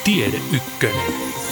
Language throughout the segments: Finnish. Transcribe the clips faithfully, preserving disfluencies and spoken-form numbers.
Tiede Ykkönen.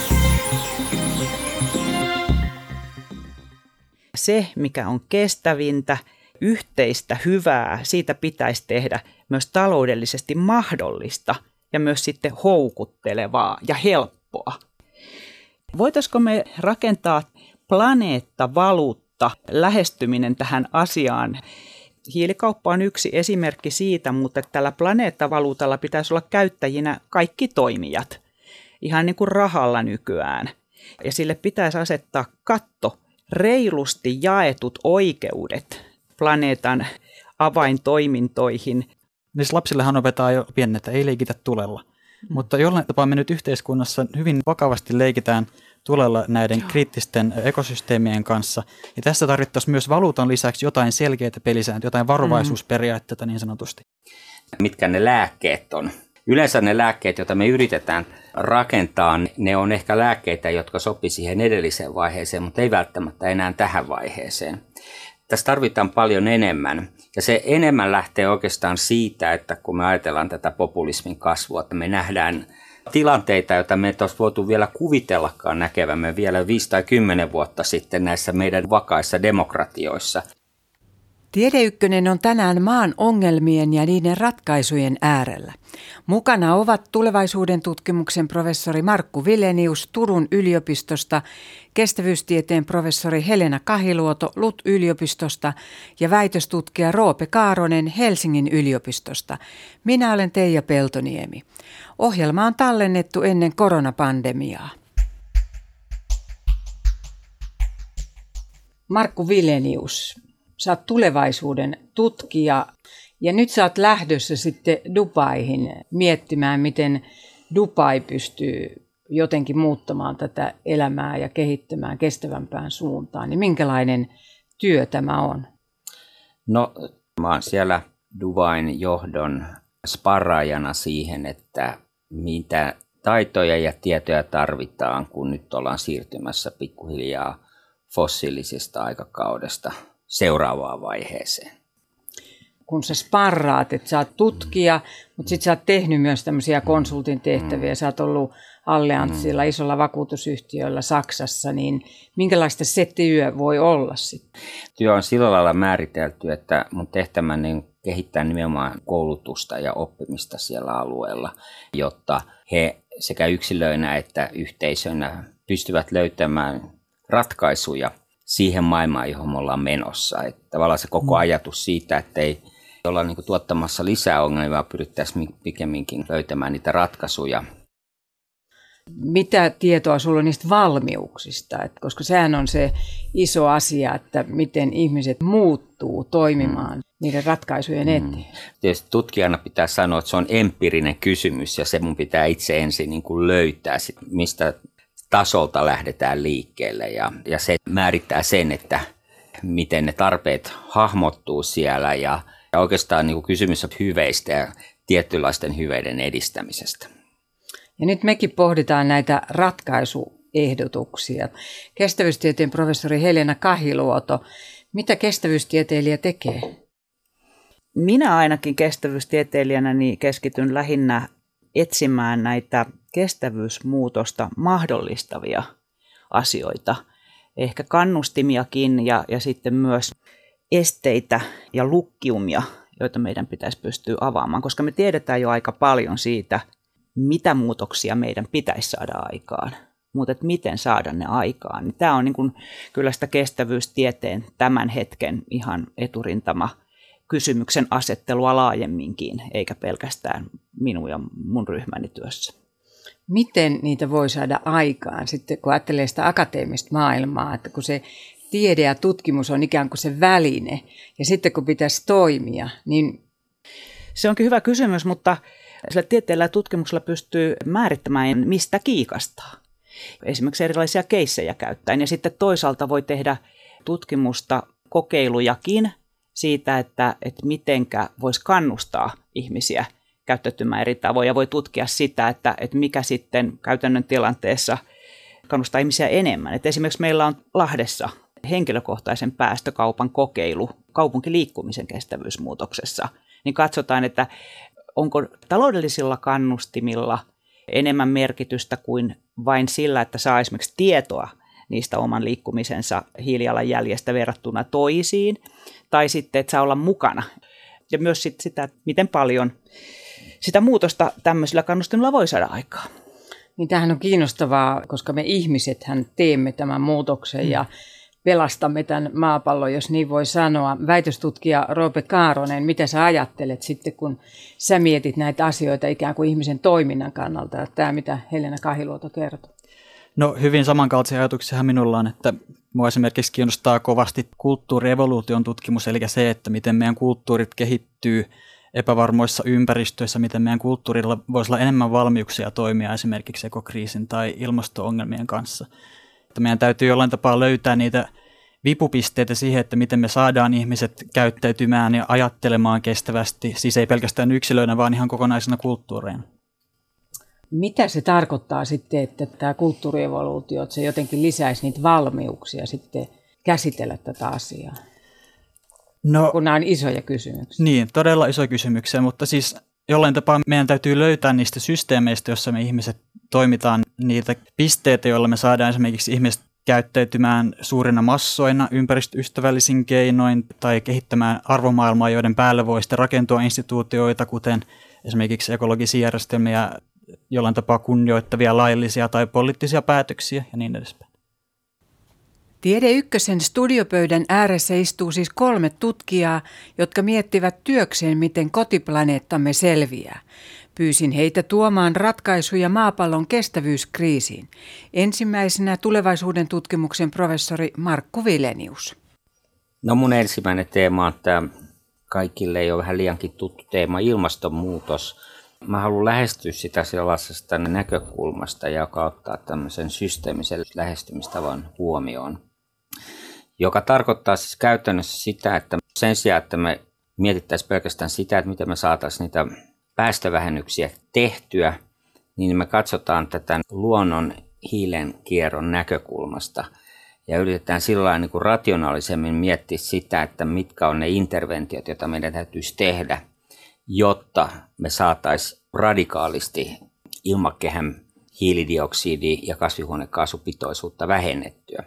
Se, mikä on kestävintä, yhteistä hyvää, siitä pitäisi tehdä myös taloudellisesti mahdollista ja myös sitten houkuttelevaa ja helppoa. Voitaisiko me rakentaa planeettavaluutta lähestyminen tähän asiaan? Hiilikauppa on yksi esimerkki siitä, mutta tällä planeettavaluutalla pitäisi olla käyttäjinä kaikki toimijat, ihan niin kuin rahalla nykyään. Ja sille pitäisi asettaa katto, reilusti jaetut oikeudet planeetan avaintoimintoihin. Siis lapsillehan opetaan jo pienen, että ei leikitä tulella. Mm. Mutta jollain tapaa me nyt yhteiskunnassa hyvin vakavasti leikitään tulella näiden Joo. kriittisten ekosysteemien kanssa. Ja tässä tarvittaisiin myös valuutan lisäksi jotain selkeitä pelisääntöjä, jotain varovaisuusperiaatteita niin sanotusti. Mitkä ne lääkkeet on? Yleensä ne lääkkeet, joita me yritetään rakentaa, ne on ehkä lääkkeitä, jotka sopii siihen edelliseen vaiheeseen, mutta ei välttämättä enää tähän vaiheeseen. Tässä tarvitaan paljon enemmän. Ja se enemmän lähtee oikeastaan siitä, että kun me ajatellaan tätä populismin kasvua, että me nähdään tilanteita, joita me ei olisi voitu vielä kuvitellakaan näkevämme vielä viisi tai kymmenen vuotta sitten näissä meidän vakaissa demokratioissa. Tiede Ykkönen on tänään maan ongelmien ja niiden ratkaisujen äärellä. Mukana ovat tulevaisuuden tutkimuksen professori Markku Vilenius Turun yliopistosta, kestävyystieteen professori Helena Kahiluoto L U T-yliopistosta ja väitöstutkija Roope Kaaronen Helsingin yliopistosta. Minä olen Teija Peltoniemi. Ohjelma on tallennettu ennen koronapandemiaa. Markku Vilenius, sä oot tulevaisuuden tutkija ja nyt sä oot lähdössä sitten Dubaihin miettimään, miten Dubai pystyy jotenkin muuttamaan tätä elämää ja kehittämään kestävämpään suuntaan. Niin minkälainen työ tämä on? No, mä oon siellä Dubain johdon sparraajana siihen, että mitä taitoja ja tietoja tarvitaan, kun nyt ollaan siirtymässä pikkuhiljaa fossiilisesta aikakaudesta seuraavaan vaiheeseen. Kun sä sparraat, että sä oot tutkija, mm. mutta sit sä oot tehnyt myös tämmöisiä konsultin tehtäviä, mm. sä oot ollut Allianssilla, mm. isolla vakuutusyhtiöllä Saksassa, niin minkälaista se työ voi olla sitten? Työ on sillä lailla määritelty, että mun tehtäväni on kehittää nimenomaan koulutusta ja oppimista siellä alueella, jotta he sekä yksilöinä että yhteisönä pystyvät löytämään ratkaisuja siihen maailmaan, johon me ollaan menossa. Että tavallaan se koko ajatus siitä, että ei olla niin kuin tuottamassa lisää ongelmia, vaan pyrittäisiin pikemminkin löytämään niitä ratkaisuja. Mitä tietoa sulla on niistä valmiuksista? Et koska sehän on se iso asia, että miten ihmiset muuttuu toimimaan mm. niiden ratkaisujen eteen. Mm. Tietysti tutkijana pitää sanoa, että se on empiirinen kysymys ja se mun pitää itse ensin niin kuin löytää, sit, mistä tasolta lähdetään liikkeelle ja, ja se määrittää sen, että miten ne tarpeet hahmottuu siellä ja, ja oikeastaan niin kuin kysymys on hyveistä ja tietynlaisten hyveiden edistämisestä. Ja nyt mekin pohditaan näitä ratkaisuehdotuksia. Kestävyystieteen professori Helena Kahiluoto, mitä kestävyystieteilijä tekee? Minä ainakin kestävyystieteilijänä niin keskityn lähinnä etsimään näitä kestävyysmuutosta mahdollistavia asioita, ehkä kannustimiakin ja, ja sitten myös esteitä ja lukkiumia, joita meidän pitäisi pystyä avaamaan, koska me tiedetään jo aika paljon siitä, mitä muutoksia meidän pitäisi saada aikaan, mutta että miten saada ne aikaan. Niin tämä on niin kuin kyllä sitä kestävyystieteen tämän hetken ihan eturintama kysymyksen asettelua laajemminkin, eikä pelkästään minun ja mun ryhmäni työssä. Miten niitä voi saada aikaan sitten, kun ajattelee sitä akateemista maailmaa, että kun se tiede ja tutkimus on ikään kuin se väline, ja sitten kun pitäisi toimia, niin... Se onkin hyvä kysymys, mutta sillä tieteellä ja tutkimuksella pystyy määrittämään, mistä kiikastaa. Esimerkiksi erilaisia keissejä käyttäen, ja sitten toisaalta voi tehdä tutkimusta, kokeilujakin siitä, että, että mitenkä voisi kannustaa ihmisiä käyttäytymään eri tavoin, ja voi tutkia sitä, että, että mikä sitten käytännön tilanteessa kannustaa ihmisiä enemmän. Että esimerkiksi meillä on Lahdessa henkilökohtaisen päästökaupan kokeilu kaupunkiliikkumisen kestävyysmuutoksessa, niin katsotaan, että onko taloudellisilla kannustimilla enemmän merkitystä kuin vain sillä, että saa esimerkiksi tietoa niistä oman liikkumisensa hiilijalanjäljestä verrattuna toisiin, tai sitten, että saa olla mukana. Ja myös sit sitä, miten paljon sitä muutosta tämmöisillä kannustimilla voi saada aikaa. Niin tämähän on kiinnostavaa, koska me ihmisethän teemme tämän muutoksen ja pelastamme tämän maapallon, jos niin voi sanoa. Väitöstutkija Roope Kaaronen, mitä sä ajattelet sitten, kun sä mietit näitä asioita ikään kuin ihmisen toiminnan kannalta? Tämä, mitä Helena Kahiluoto kertoi. No hyvin samankaltaisia ajatuksia minulla on, että minua esimerkiksi kiinnostaa kovasti kulttuurievoluution tutkimus, eli se, että miten meidän kulttuurit kehittyy epävarmoissa ympäristöissä, miten meidän kulttuurilla voisi olla enemmän valmiuksia toimia esimerkiksi ekokriisin tai ilmasto-ongelmien kanssa. Että meidän täytyy jollain tapaa löytää niitä vipupisteitä siihen, että miten me saadaan ihmiset käyttäytymään ja ajattelemaan kestävästi, siis ei pelkästään yksilöinä, vaan ihan kokonaisena kulttuureina. Mitä se tarkoittaa sitten, että tämä kulttuurievoluutio, että se jotenkin lisäisi niitä valmiuksia sitten käsitellä tätä asiaa? No, kun nämä on isoja kysymyksiä. Niin, todella isoja kysymyksiä, mutta siis jollain tapaa meidän täytyy löytää niistä systeemeistä, joissa me ihmiset toimitaan, niitä pisteitä, joilla me saadaan esimerkiksi ihmiset käyttäytymään suurina massoina ympäristöystävällisin keinoin tai kehittämään arvomaailmaa, joiden päälle voi sitten rakentua instituutioita, kuten esimerkiksi ekologisia järjestelmiä, jollain tapaa kunnioittavia laillisia tai poliittisia päätöksiä ja niin edespäin. Tiede Ykkösen studiopöydän ääressä istuu siis kolme tutkijaa, jotka miettivät työkseen, miten kotiplaneettamme selviää. Pyysin heitä tuomaan ratkaisuja maapallon kestävyyskriisiin. Ensimmäisenä tulevaisuuden tutkimuksen professori Markku Vilenius. No mun ensimmäinen teema on tämä kaikille ei ole vähän liiankin tuttu teema, ilmastonmuutos. Mä haluan lähestyä sitä sellaisesta näkökulmasta, joka ottaa tämmöisen systeemisen lähestymistavan huomioon. Joka tarkoittaa siis käytännössä sitä, että sen sijaan, että me mietittäisiin pelkästään sitä, että miten me saataisiin niitä päästövähennyksiä tehtyä, niin me katsotaan tätä luonnon hiilen kierron näkökulmasta ja yritetään sillä lailla niin kuin rationaalisemmin miettiä sitä, että mitkä on ne interventiot, joita meidän täytyisi tehdä, jotta me saataisiin radikaalisti ilmakehän hiilidioksidi- ja kasvihuonekaasupitoisuutta vähennettyä.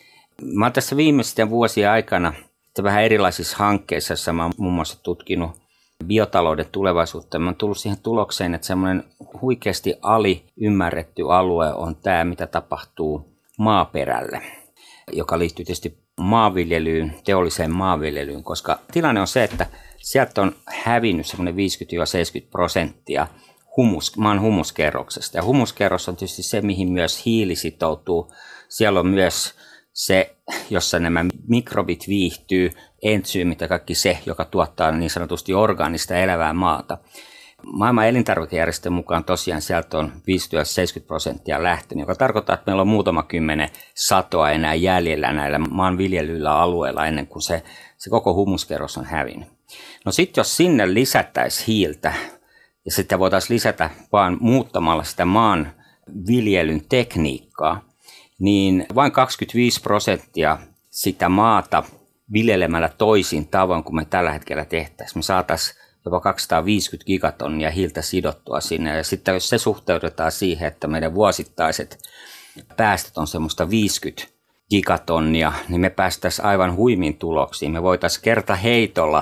Mä oon tässä viimeisten vuosien aikana vähän erilaisissa hankkeissa, joissa mä oon muun muassa tutkinut biotalouden tulevaisuutta. Mä oon tullut siihen tulokseen, että semmoinen huikeasti aliymmärretty alue on tämä, mitä tapahtuu maaperälle, joka liittyy tietysti maanviljelyyn, teolliseen maanviljelyyn, koska tilanne on se, että sieltä on hävinnyt semmoinen viisikymmentä seitsemänkymmentä prosenttia humus, maan humuskerroksesta. Ja humuskerros on tietysti se, mihin myös hiili sitoutuu. Siellä on myös se, jossa nämä mikrobit viihtyy, entsyymit ja kaikki se, joka tuottaa niin sanotusti orgaanista elävää maata. Maailman elintarvikejärjestön mukaan tosiaan sieltä on viisikymmentä seitsemänkymmentä prosenttia lähtenyt, joka tarkoittaa, että meillä on muutama kymmenen satoa enää jäljellä näillä maanviljelyillä alueilla ennen kuin se, se koko humuskerros on hävinnyt. No sitten jos sinne lisättäisiin hiiltä, ja sitä voitaisiin lisätä vaan muuttamalla sitä maanviljelyn tekniikkaa, niin vain kaksikymmentäviisi prosenttia sitä maata viljelemällä toisin tavoin kuin me tällä hetkellä tehtäisiin. Me saataisiin jopa kaksisataaviisikymmentä gigatonnia hiiltä sidottua sinne. Ja sitten jos se suhteutetaan siihen, että meidän vuosittaiset päästöt on semmoista viisikymmentä gigatonnia, niin me päästäisiin aivan huimin tuloksiin. Me voitaisiin kerta heitolla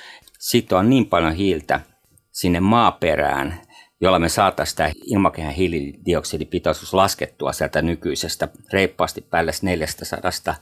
sitoa niin paljon hiiltä sinne maaperään, jolla me saataisiin tämä ilmakehän hiilidioksidipitoisuus laskettua sieltä nykyisestä reippaasti päälle neljästäsadasta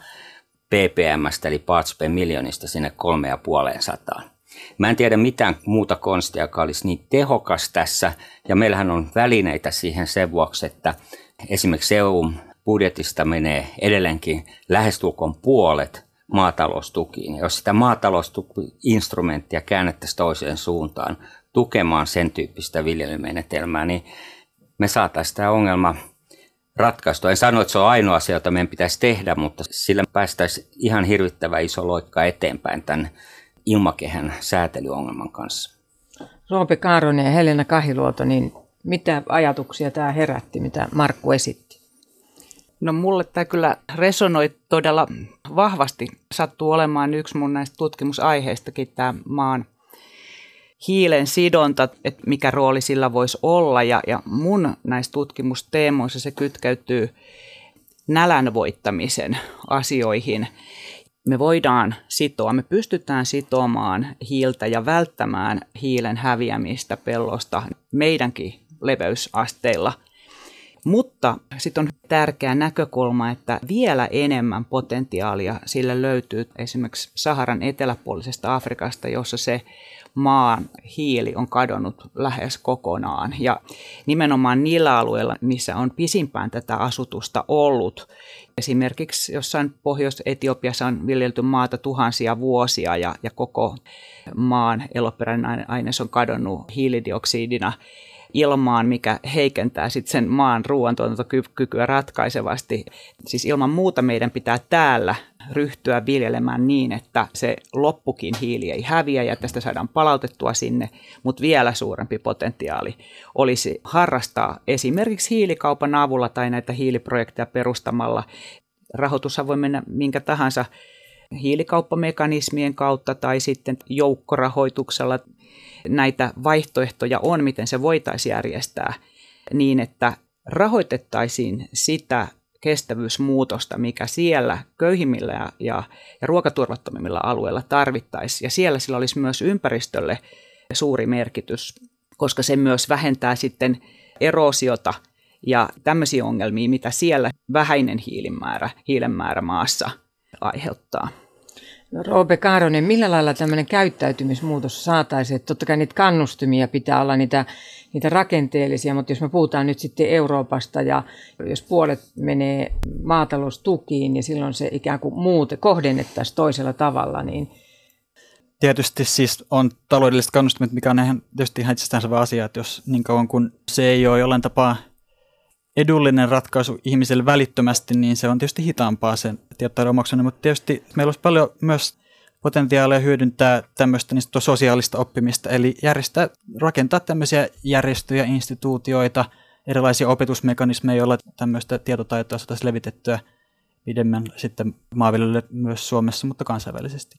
ppm:stä eli parts per millionista sinne kolme ja puoleen sataan. Mä en tiedä mitään muuta konstia, joka olisi niin tehokas tässä, ja meillähän on välineitä siihen sen vuoksi, että esimerkiksi E U-budjetista menee edelleenkin lähestulkoon puolet maataloustukiin. Ja jos sitä maataloustuki-instrumenttia käännettäisiin toiseen suuntaan tukemaan sen tyyppistä viljelymenetelmää, niin me saataisiin tämä ongelma ratkaistua. En sano, että se on ainoa asia, jota meidän pitäisi tehdä, mutta sillä päästäisiin ihan hirvittävän iso loikka eteenpäin tämän ilmakehän säätelyongelman kanssa. Roope Kaaronen ja Helena Kahiluoto, niin mitä ajatuksia tämä herätti, mitä Markku esitti? No mulle tämä kyllä resonoi todella vahvasti. Sattuu olemaan yksi mun näistä tutkimusaiheistakin tämä maan hiilen sidonta, että mikä rooli sillä voisi olla. Ja, ja mun näissä tutkimusteemoissa se kytkeytyy nälän voittamisen asioihin. Me voidaan sitoa, me pystytään sitomaan hiiltä ja välttämään hiilen häviämistä pellosta meidänkin leveysasteilla. Mutta sitten on tärkeä näkökulma, että vielä enemmän potentiaalia sille löytyy esimerkiksi Saharan eteläpuolisesta Afrikasta, jossa se maan hiili on kadonnut lähes kokonaan. Ja nimenomaan niillä alueilla, missä on pisimpään tätä asutusta ollut. Esimerkiksi jossain Pohjois-Etiopiassa on viljelty maata tuhansia vuosia ja, ja koko maan eloperäinen aines on kadonnut hiilidioksidina ilmaan, mikä heikentää sitten sen maan ruoantuotantokykyä ratkaisevasti. Siis ilman muuta meidän pitää täällä ryhtyä viljelemään niin, että se loppukin hiili ei häviä ja tästä saadaan palautettua sinne, mutta vielä suurempi potentiaali olisi harrastaa esimerkiksi hiilikaupan avulla tai näitä hiiliprojekteja perustamalla. Rahoitushan voi mennä minkä tahansa hiilikauppamekanismien kautta tai sitten joukkorahoituksella. Näitä vaihtoehtoja on, miten se voitaisiin järjestää niin, että rahoitettaisiin sitä kestävyysmuutosta, mikä siellä köyhimmillä ja, ja, ja ruokaturvattomimmilla alueilla tarvittaisiin. Ja siellä sillä olisi myös ympäristölle suuri merkitys, koska se myös vähentää sitten eroosiota ja tämmöisiä ongelmia, mitä siellä vähäinen hiilenmäärä, hiilenmäärä maassa aiheuttaa. No, Roope Kaaronen, millä lailla tämmöinen käyttäytymismuutos saataisiin? Että totta kai niitä kannustimia pitää olla, niitä, niitä rakenteellisia, mutta jos me puhutaan nyt sitten Euroopasta ja jos puolet menee maataloustukiin ja silloin se ikään kuin muute kohdennettaisiin toisella tavalla, niin... Tietysti siis on taloudelliset kannustimet, mikä on ihan, tietysti ihan itsestäänselvä asia, että jos niin kauan kun se ei ole jollain tapaa edullinen ratkaisu ihmiselle välittömästi, niin se on tietysti hitaampaa sen tietotaidon omaksuminen, mutta tietysti meillä olisi paljon myös potentiaalia hyödyntää tämmöistä niin sosiaalista oppimista, eli järjestää, rakentaa tämmöisiä järjestöjä, instituutioita, erilaisia opetusmekanismeja, joilla tämmöistä tietotaitoa saataisiin levitettyä pidemmän sitten maanviljelijöille myös Suomessa, mutta kansainvälisesti.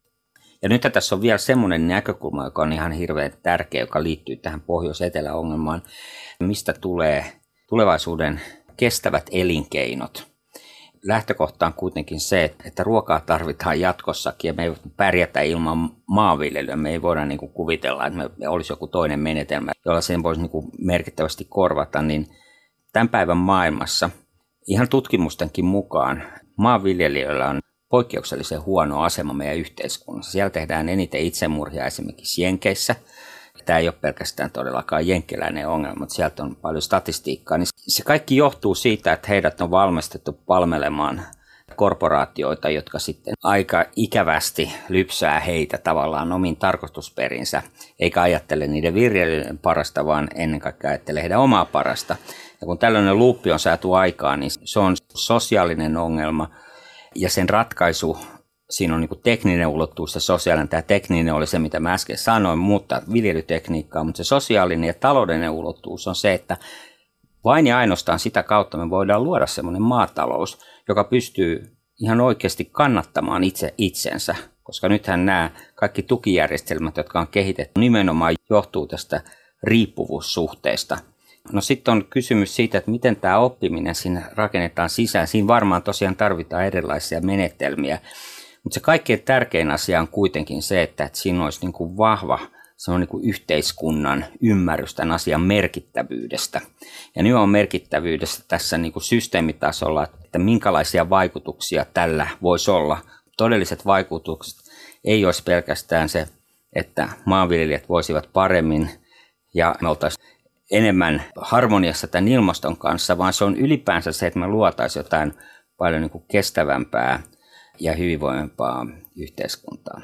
Ja nyt tässä on vielä semmoinen näkökulma, joka on ihan hirveän tärkeä, joka liittyy tähän pohjois-etelä-ongelmaan, mistä tulee tulevaisuuden kestävät elinkeinot. Lähtökohta on kuitenkin se, että ruokaa tarvitaan jatkossakin ja me ei pärjätä ilman maanviljelyä. Me ei voida niin kuin kuvitella, että me olisi joku toinen menetelmä, jolla sen voisi niin kuin merkittävästi korvata. Niin tämän päivän maailmassa ihan tutkimustenkin mukaan maanviljelijöillä on poikkeuksellisen huono asema meidän yhteiskunnassa. Siellä tehdään eniten itsemurhia esimerkiksi Jenkeissä. Tämä ei ole pelkästään todellakaan jenkkiläinen ongelma, mutta sieltä on paljon statistiikkaa. Niin se kaikki johtuu siitä, että heidät on valmistettu palvelemaan korporaatioita, jotka sitten aika ikävästi lypsää heitä tavallaan omiin tarkoitusperinsä, eikä ajattele niiden viljelijöiden parasta, vaan ennen kaikkea ajattelee heidän omaa parasta. Ja kun tällainen luuppi on saatu aikaan, niin se on sosiaalinen ongelma ja sen ratkaisu. Siinä on niin kuin tekninen ulottuvuus ja sosiaalinen. Tämä tekninen oli se, mitä mä äsken sanoin, muuttaa viljelytekniikkaa, mutta se sosiaalinen ja taloudellinen ulottuvuus on se, että vain ja ainoastaan sitä kautta me voidaan luoda semmoinen maatalous, joka pystyy ihan oikeasti kannattamaan itse itsensä, koska nythän nämä kaikki tukijärjestelmät, jotka on kehitetty, nimenomaan johtuu tästä riippuvuussuhteesta. No sitten on kysymys siitä, että miten tämä oppiminen siinä rakennetaan sisään. Siinä varmaan tosiaan tarvitaan erilaisia menetelmiä. Mutta se kaikkein tärkein asia on kuitenkin se, että, että siinä olisi niin kuin vahva se on niin kuin yhteiskunnan ymmärrys tämän asian merkittävyydestä. Ja nyt on merkittävyydestä tässä niin kuin systeemitasolla, että minkälaisia vaikutuksia tällä voisi olla. Todelliset vaikutukset ei olisi pelkästään se, että maanviljelijät voisivat paremmin ja me oltaisiin enemmän harmoniassa tämän ilmaston kanssa, vaan se on ylipäänsä se, että me luotaisiin jotain paljon niin kuin kestävämpää ja hyvinvoivampaa yhteiskuntaa.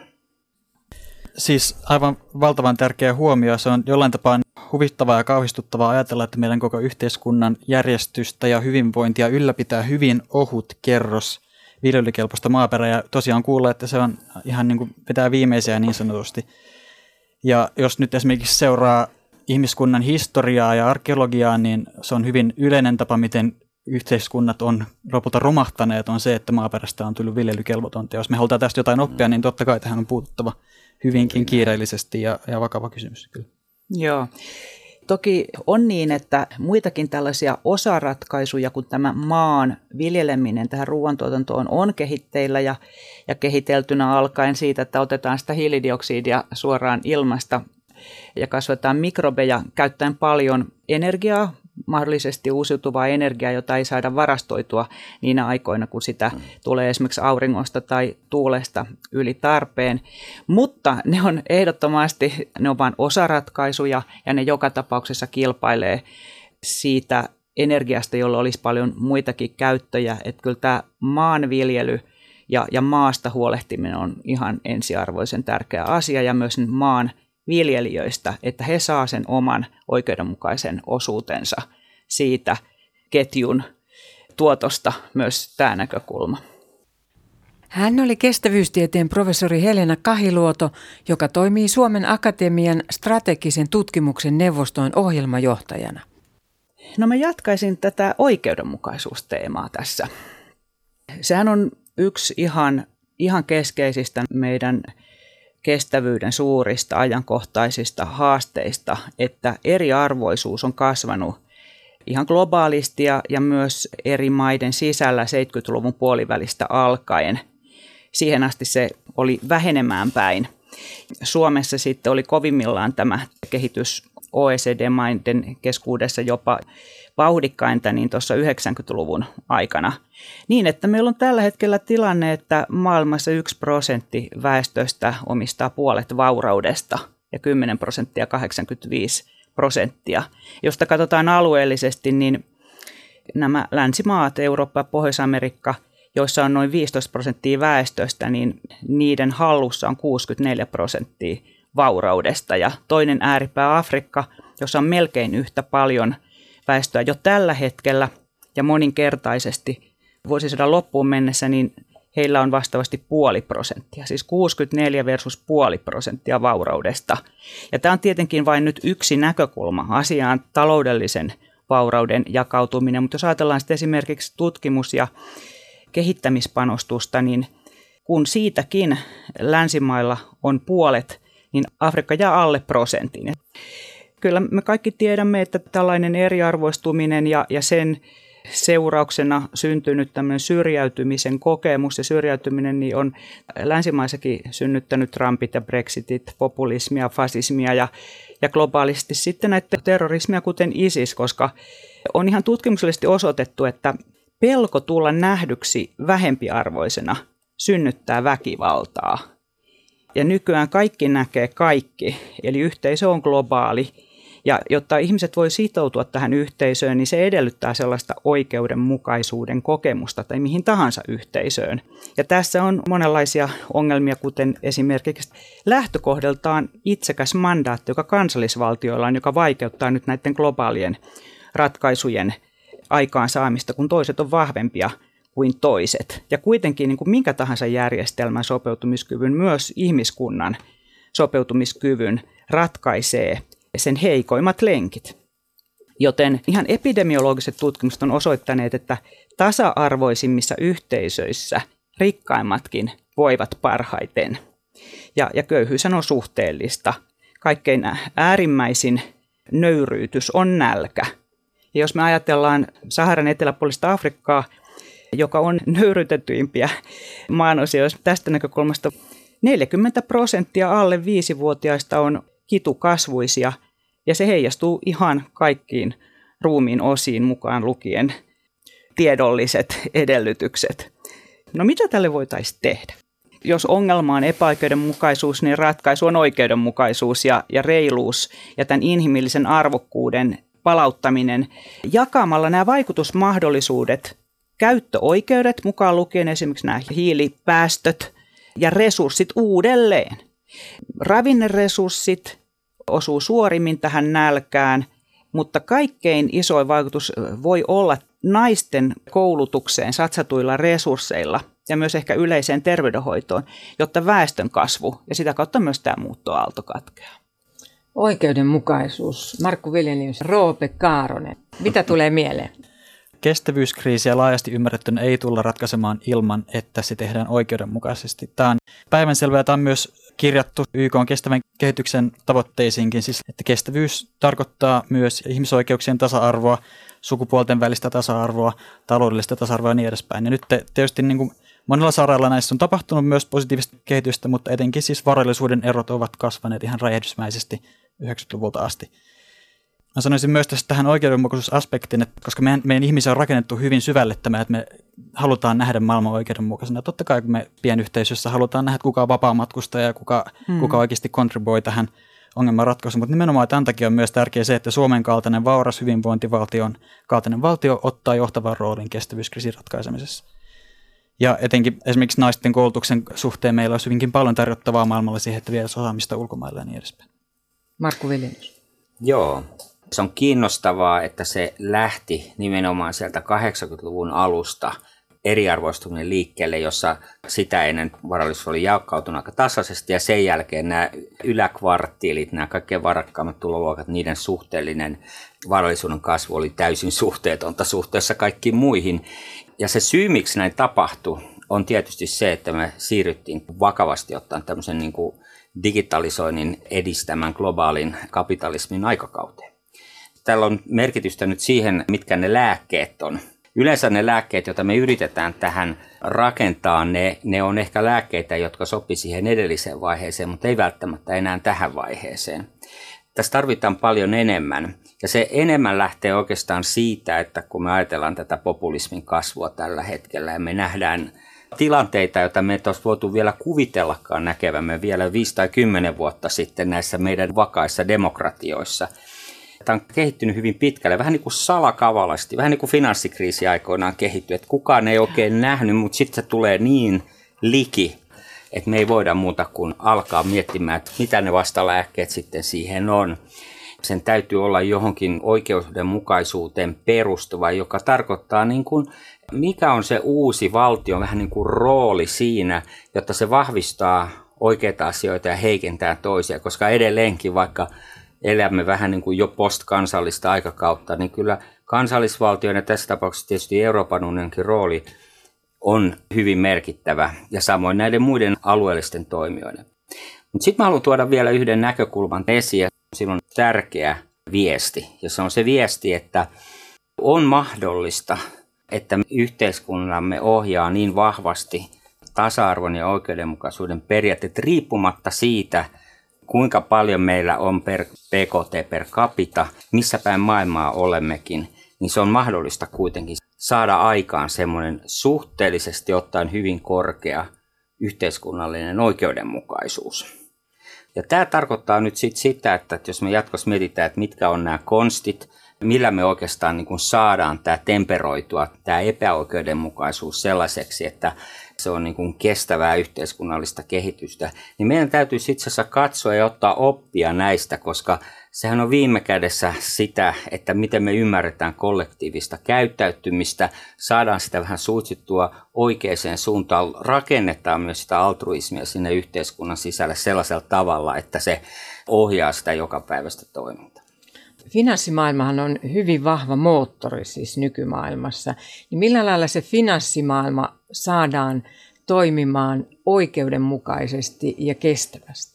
Siis aivan valtavan tärkeä huomio. Se on jollain tapaa huvittavaa ja kauhistuttavaa ajatella, että meidän koko yhteiskunnan järjestystä ja hyvinvointia ylläpitää hyvin ohut kerros viljelykelpoista maaperää. Ja tosiaan kuulla, että se on ihan niin kuin pitää viimeisiä niin sanotusti. Ja jos nyt esimerkiksi seuraa ihmiskunnan historiaa ja arkeologiaa, niin se on hyvin yleinen tapa, miten yhteiskunnat on lopulta romahtaneet, on se, että maaperästä on tullut viljelykelvotonta. Jos me halutaan tästä jotain oppia, niin totta kai tähän on puututtava hyvinkin kiireellisesti ja, ja vakava kysymys. Kyllä. Joo. Toki on niin, että muitakin tällaisia osaratkaisuja kuin tämä maan viljeleminen tähän ruoantuotantoon on kehitteillä ja, ja kehiteltynä alkaen siitä, että otetaan sitä hiilidioksidia suoraan ilmasta ja kasvatetaan mikrobeja käyttäen paljon energiaa, mahdollisesti uusiutuvaa energiaa, jota ei saada varastoitua niinä aikoina, kun sitä tulee esimerkiksi auringosta tai tuulesta yli tarpeen. Mutta ne on ehdottomasti, ne on vain osaratkaisuja ja ne joka tapauksessa kilpailee siitä energiasta, jolla olisi paljon muitakin käyttöjä. Että kyllä tämä maanviljely ja, ja maasta huolehtiminen on ihan ensiarvoisen tärkeä asia ja myös maan viljelijöistä, että he saa sen oman oikeudenmukaisen osuutensa siitä ketjun tuotosta, myös tämä näkökulma. Hän oli kestävyystieteen professori Helena Kahiluoto, joka toimii Suomen Akatemian strategisen tutkimuksen neuvoston ohjelmajohtajana. No mä jatkaisin tätä oikeudenmukaisuusteemaa tässä. Sehän on yksi ihan, ihan keskeisistä meidän kestävyyden suurista ajankohtaisista haasteista, että eriarvoisuus on kasvanut ihan globaalisti ja, ja myös eri maiden sisällä seitsemänkymmentäluvun puolivälistä alkaen. Siihen asti se oli vähenemään päin. Suomessa sitten oli kovimmillaan tämä kehitys O E C D-maiden keskuudessa jopa vauhdikkainta niin tuossa yhdeksänkymmentäluvun aikana. Niin, että meillä on tällä hetkellä tilanne, että maailmassa yksi prosentti väestöstä omistaa puolet vauraudesta ja kymmenen prosenttia kahdeksankymmentäviisi prosenttia. Josta katsotaan alueellisesti, niin nämä länsimaat, Eurooppa ja Pohjois-Amerikka, joissa on noin viisitoista prosenttia väestöstä, niin niiden hallussa on kuusikymmentäneljä prosenttia vauraudesta. Ja toinen ääripää Afrikka, jossa on melkein yhtä paljon väestöä jo tällä hetkellä ja moninkertaisesti vuosisadan loppuun mennessä, niin heillä on vastaavasti puoli prosenttia, siis kuusikymmentäneljä versus puoli prosenttia vauraudesta. Ja tämä on tietenkin vain nyt yksi näkökulma asiaan, taloudellisen vaurauden jakautuminen, mutta jos ajatellaan sitten esimerkiksi tutkimus- ja kehittämispanostusta, niin kun siitäkin länsimailla on puolet, niin Afrikka jää alle prosentin. Kyllä me kaikki tiedämme, että tällainen eriarvoistuminen ja, ja sen seurauksena syntynyt tämmöinen syrjäytymisen kokemus ja syrjäytyminen niin on länsimaissakin synnyttänyt Trumpit ja Brexitit, populismia, fasismia ja, ja globaalisti sitten näitä terrorismia kuten ISIS, koska on ihan tutkimuksellisesti osoitettu, että pelko tulla nähdyksi vähempiarvoisena synnyttää väkivaltaa. Ja nykyään kaikki näkee kaikki, eli yhteisö on globaali. Ja jotta ihmiset voi sitoutua tähän yhteisöön, niin se edellyttää sellaista oikeudenmukaisuuden kokemusta tai mihin tahansa yhteisöön. Ja tässä on monenlaisia ongelmia, kuten esimerkiksi lähtökohdaltaan itsekäs mandaatti, joka kansallisvaltioilla on, joka vaikeuttaa nyt näiden globaalien ratkaisujen aikaansaamista, kun toiset on vahvempia kuin toiset. Ja kuitenkin niin kuin minkä tahansa järjestelmän sopeutumiskyvyn, myös ihmiskunnan sopeutumiskyvyn ratkaisee sen heikoimmat lenkit. Joten ihan epidemiologiset tutkimukset on osoittaneet, että tasa-arvoisimmissa yhteisöissä rikkaimmatkin voivat parhaiten. Ja, ja köyhyys on suhteellista. Kaikkein äärimmäisin nöyryytys on nälkä. Ja jos me ajatellaan Saharan eteläpuolista Afrikkaa, joka on nöyryytetyimpiä maanosia, jos tästä näkökulmasta neljäkymmentä prosenttia alle viisivuotiaista on kitukasvuisia, ja se heijastuu ihan kaikkiin ruumiin osiin mukaan lukien tiedolliset edellytykset. No mitä tälle voitaisiin tehdä? Jos ongelma on epäoikeudenmukaisuus, niin ratkaisu on oikeudenmukaisuus ja, ja reiluus ja tämän inhimillisen arvokkuuden palauttaminen jakamalla nämä vaikutusmahdollisuudet, käyttöoikeudet mukaan lukien esimerkiksi nämä hiilipäästöt ja resurssit uudelleen. Ravinneresurssit osuu suorimmin tähän nälkään, mutta kaikkein isoin vaikutus voi olla naisten koulutukseen satsatuilla resursseilla ja myös ehkä yleiseen terveydenhoitoon, jotta väestön kasvu ja sitä kautta myös tämä muuttoaalto katkeaa. Oikeudenmukaisuus. Markku Vilenius, Roope Kaaronen. Mitä tulee mieleen? kestävyyskriisiä laajasti ymmärrettynä ei tulla ratkaisemaan ilman, että se tehdään oikeudenmukaisesti. Tämä on päivänselvää ja tämä on myös kirjattu Y K:n kestävän kehityksen tavoitteisiinkin, siis että kestävyys tarkoittaa myös ihmisoikeuksien tasa-arvoa, sukupuolten välistä tasa-arvoa, taloudellista tasa-arvoa ja niin edespäin. Ja nyt tietysti niin kuin monella saralla näissä on tapahtunut myös positiivista kehitystä, mutta etenkin siis varallisuuden erot ovat kasvaneet ihan räjähdysmäisesti yhdeksänkymmentäluvulta asti. Mä sanoisin myös tästä tähän oikeudenmukaisuusaspektiin, että koska meidän, meidän ihmisiä on rakennettu hyvin syvälle tämä, että me halutaan nähdä maailman oikeudenmukaisena. Totta kai kun me pienyhteisössä halutaan nähdä, että kuka on vapaamatkustaja ja kuka, hmm. kuka oikeasti kontribuoi tähän ongelman ratkaisuun. Mutta nimenomaan tämän takia on myös tärkeää se, että Suomen kaltainen vauras hyvinvointivaltion kaltainen valtio ottaa johtavan roolin kestävyyskriisin ratkaisemisessa. Ja etenkin esimerkiksi naisten koulutuksen suhteen meillä olisi hyvinkin paljon tarjottavaa maailmalla siihen, että vielä osaamista ulkomailla ja niin edespäin. Markku Vilenius. Joo. Se on kiinnostavaa, että se lähti nimenomaan sieltä kahdeksankymmentäluvun alusta eriarvoistuminen liikkeelle, jossa sitä ennen varallisuus oli jakautunut aika tasaisesti ja sen jälkeen nämä yläkvarttiilit, nämä kaikkein varakkaammat tuloluokat, niiden suhteellinen varallisuuden kasvu oli täysin suhteetonta suhteessa kaikkiin muihin. Ja se syy, miksi näin tapahtui, on tietysti se, että me siirryttiin vakavasti ottaen tämmöisen niin kuin digitalisoinnin edistämän globaalin kapitalismin aikakauteen. Tällä on merkitystä nyt siihen, mitkä ne lääkkeet on. Yleensä ne lääkkeet, joita me yritetään tähän rakentaa, ne, ne on ehkä lääkkeitä, jotka sopii siihen edelliseen vaiheeseen, mutta ei välttämättä enää tähän vaiheeseen. Tässä tarvitaan paljon enemmän. Ja se enemmän lähtee oikeastaan siitä, että kun me ajatellaan tätä populismin kasvua tällä hetkellä ja me nähdään tilanteita, joita me ei olisi voitu vielä kuvitellakaan näkevämme vielä viisi tai kymmenen vuotta sitten näissä meidän vakaissa demokratioissa. Tämä on kehittynyt hyvin pitkälle, vähän niin kuin salakavalasti, vähän niin kuin finanssikriisi aikoinaan kehittyi, että kukaan ei oikein nähnyt, mutta sitten se tulee niin liki, että me ei voida muuta kuin alkaa miettimään, että mitä ne vastalääkkeet sitten siihen on. Sen täytyy olla johonkin oikeudenmukaisuuteen perustuva, joka tarkoittaa, niin kuin, mikä on se uusi valtion vähän niin kuin rooli siinä, jotta se vahvistaa oikeita asioita ja heikentää toisia, koska edelleenkin vaikka elämme vähän niin kuin jo postkansallista aikakautta, niin kyllä kansallisvaltion ja tässä tapauksessa tietysti Euroopan unionin rooli on hyvin merkittävä ja samoin näiden muiden alueellisten toimijoiden. Mutta sitten mä haluan tuoda vielä yhden näkökulman esiin. Sillä on tärkeä viesti ja se on se viesti, että on mahdollista, että yhteiskunnamme ohjaa niin vahvasti tasa-arvon ja oikeudenmukaisuuden periaatteet riippumatta siitä, kuinka paljon meillä on per P K T per capita, missä päin maailmaa olemmekin, niin se on mahdollista kuitenkin saada aikaan semmoinen suhteellisesti ottaen hyvin korkea yhteiskunnallinen oikeudenmukaisuus. Ja tämä tarkoittaa nyt sit sitä, että jos me jatkossa mietitään, että mitkä on nämä konstit, millä me oikeastaan niin kuin saadaan tämä temperoitua, tämä epäoikeudenmukaisuus sellaiseksi, että se on niin kuin kestävää yhteiskunnallista kehitystä, niin meidän täytyy itse asiassa katsoa ja ottaa oppia näistä, koska sehän on viime kädessä sitä, että miten me ymmärretään kollektiivista käyttäytymistä, saadaan sitä vähän suitsittua oikeaan suuntaan, rakennetaan myös sitä altruismia sinne yhteiskunnan sisälle sellaisella tavalla, että se ohjaa sitä jokapäiväistä toimintaa. Finanssimaailmahan on hyvin vahva moottori siis nykymaailmassa. Niin millä lailla se finanssimaailma saadaan toimimaan oikeudenmukaisesti ja kestävästi?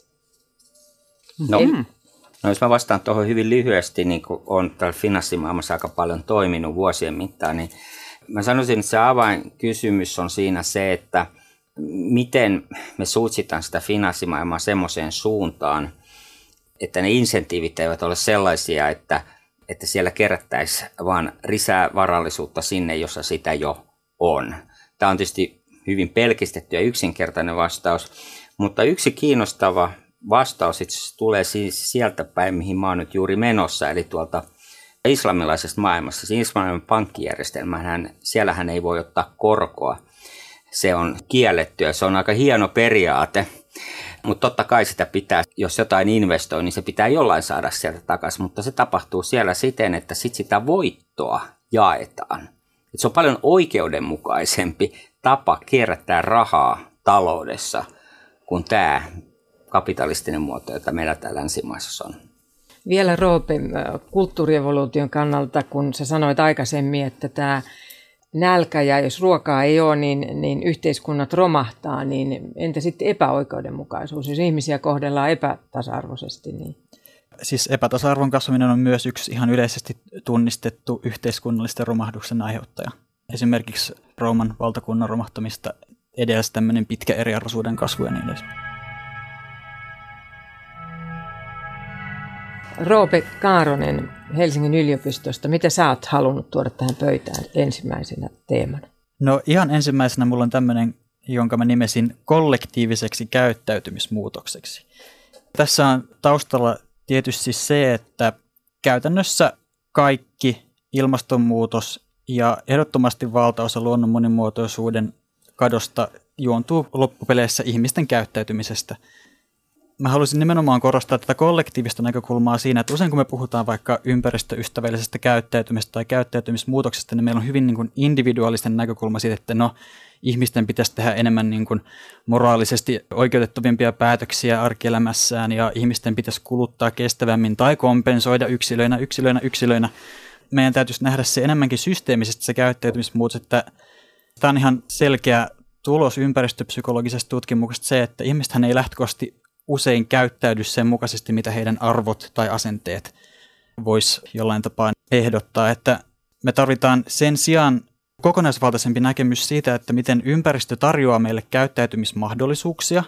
No, no jos mä vastaan tuohon hyvin lyhyesti, niin kuin on täällä finanssimaailmassa aika paljon toiminut vuosien mittaan, niin mä sanoisin, että se avainkysymys on siinä se, että miten me suutsitaan sitä finanssimaailmaa semmoiseen suuntaan, että ne insentiivit eivät ole sellaisia, että, että siellä kerättäisiin vaan lisää varallisuutta sinne, jossa sitä jo on. Tämä on tietysti hyvin pelkistetty ja yksinkertainen vastaus, mutta yksi kiinnostava vastaus itse tulee siis sieltä päin, mihin mä oon nyt juuri menossa, eli tuolta islamilaisesta maailmassa. Siis islamilainen pankkijärjestelmähän, siellähän ei voi ottaa korkoa. Se on kielletty ja se on aika hieno periaate. Mutta totta kai sitä pitää, jos jotain investoi, niin se pitää jollain saada sieltä takaisin, mutta se tapahtuu siellä siten, että sit sitä voittoa jaetaan. Et se on paljon oikeudenmukaisempi tapa kierrättää rahaa taloudessa kuin tämä kapitalistinen muoto, jota meillä täällä länsimaissa on. Vielä Roope, kulttuurievoluution kannalta, kun sä sanoit aikaisemmin, että tämä nälkä ja jos ruokaa ei ole, niin, niin yhteiskunnat romahtaa, niin entä sitten epäoikeudenmukaisuus, jos ihmisiä kohdellaan epätasa-arvoisesti? Niin? Siis epätasa-arvon kasvaminen on myös yksi ihan yleisesti tunnistettu yhteiskunnallisten romahduksen aiheuttaja. Esimerkiksi Rooman valtakunnan romahtamista edelsi tämmöinen pitkä eriarvoisuuden kasvu ja niin edes. Roope Kaaronen Helsingin yliopistosta, mitä sä oot halunnut tuoda tähän pöytään ensimmäisenä teemana? No ihan ensimmäisenä mulla on tämmöinen, jonka mä nimesin kollektiiviseksi käyttäytymismuutokseksi. Tässä on taustalla tietysti se, että käytännössä kaikki ilmastonmuutos ja ehdottomasti valtaosa luonnon monimuotoisuuden kadosta juontuu loppupeleissä ihmisten käyttäytymisestä. Mä haluaisin nimenomaan korostaa tätä kollektiivista näkökulmaa siinä, että usein kun me puhutaan vaikka ympäristöystävällisestä käyttäytymistä tai käyttäytymismuutoksesta, niin meillä on hyvin niin kuin individuaalisten näkökulma siitä, että no, ihmisten pitäisi tehdä enemmän niin kuin moraalisesti oikeutettavimpia päätöksiä arkielämässään ja ihmisten pitäisi kuluttaa kestävämmin tai kompensoida yksilöinä, yksilöinä, yksilöinä. Meidän täytyisi nähdä se enemmänkin systeemisesti se käyttäytymismuutos, että tämä on ihan selkeä tulos ympäristöpsykologisesta tutkimuksesta se, että ihmisethän ei lähtökohtaisesti usein käyttäydy sen mukaisesti, mitä heidän arvot tai asenteet vois jollain tapaa ehdottaa. Että me tarvitaan sen sijaan kokonaisvaltaisempi näkemys siitä, että miten ympäristö tarjoaa meille käyttäytymismahdollisuuksia.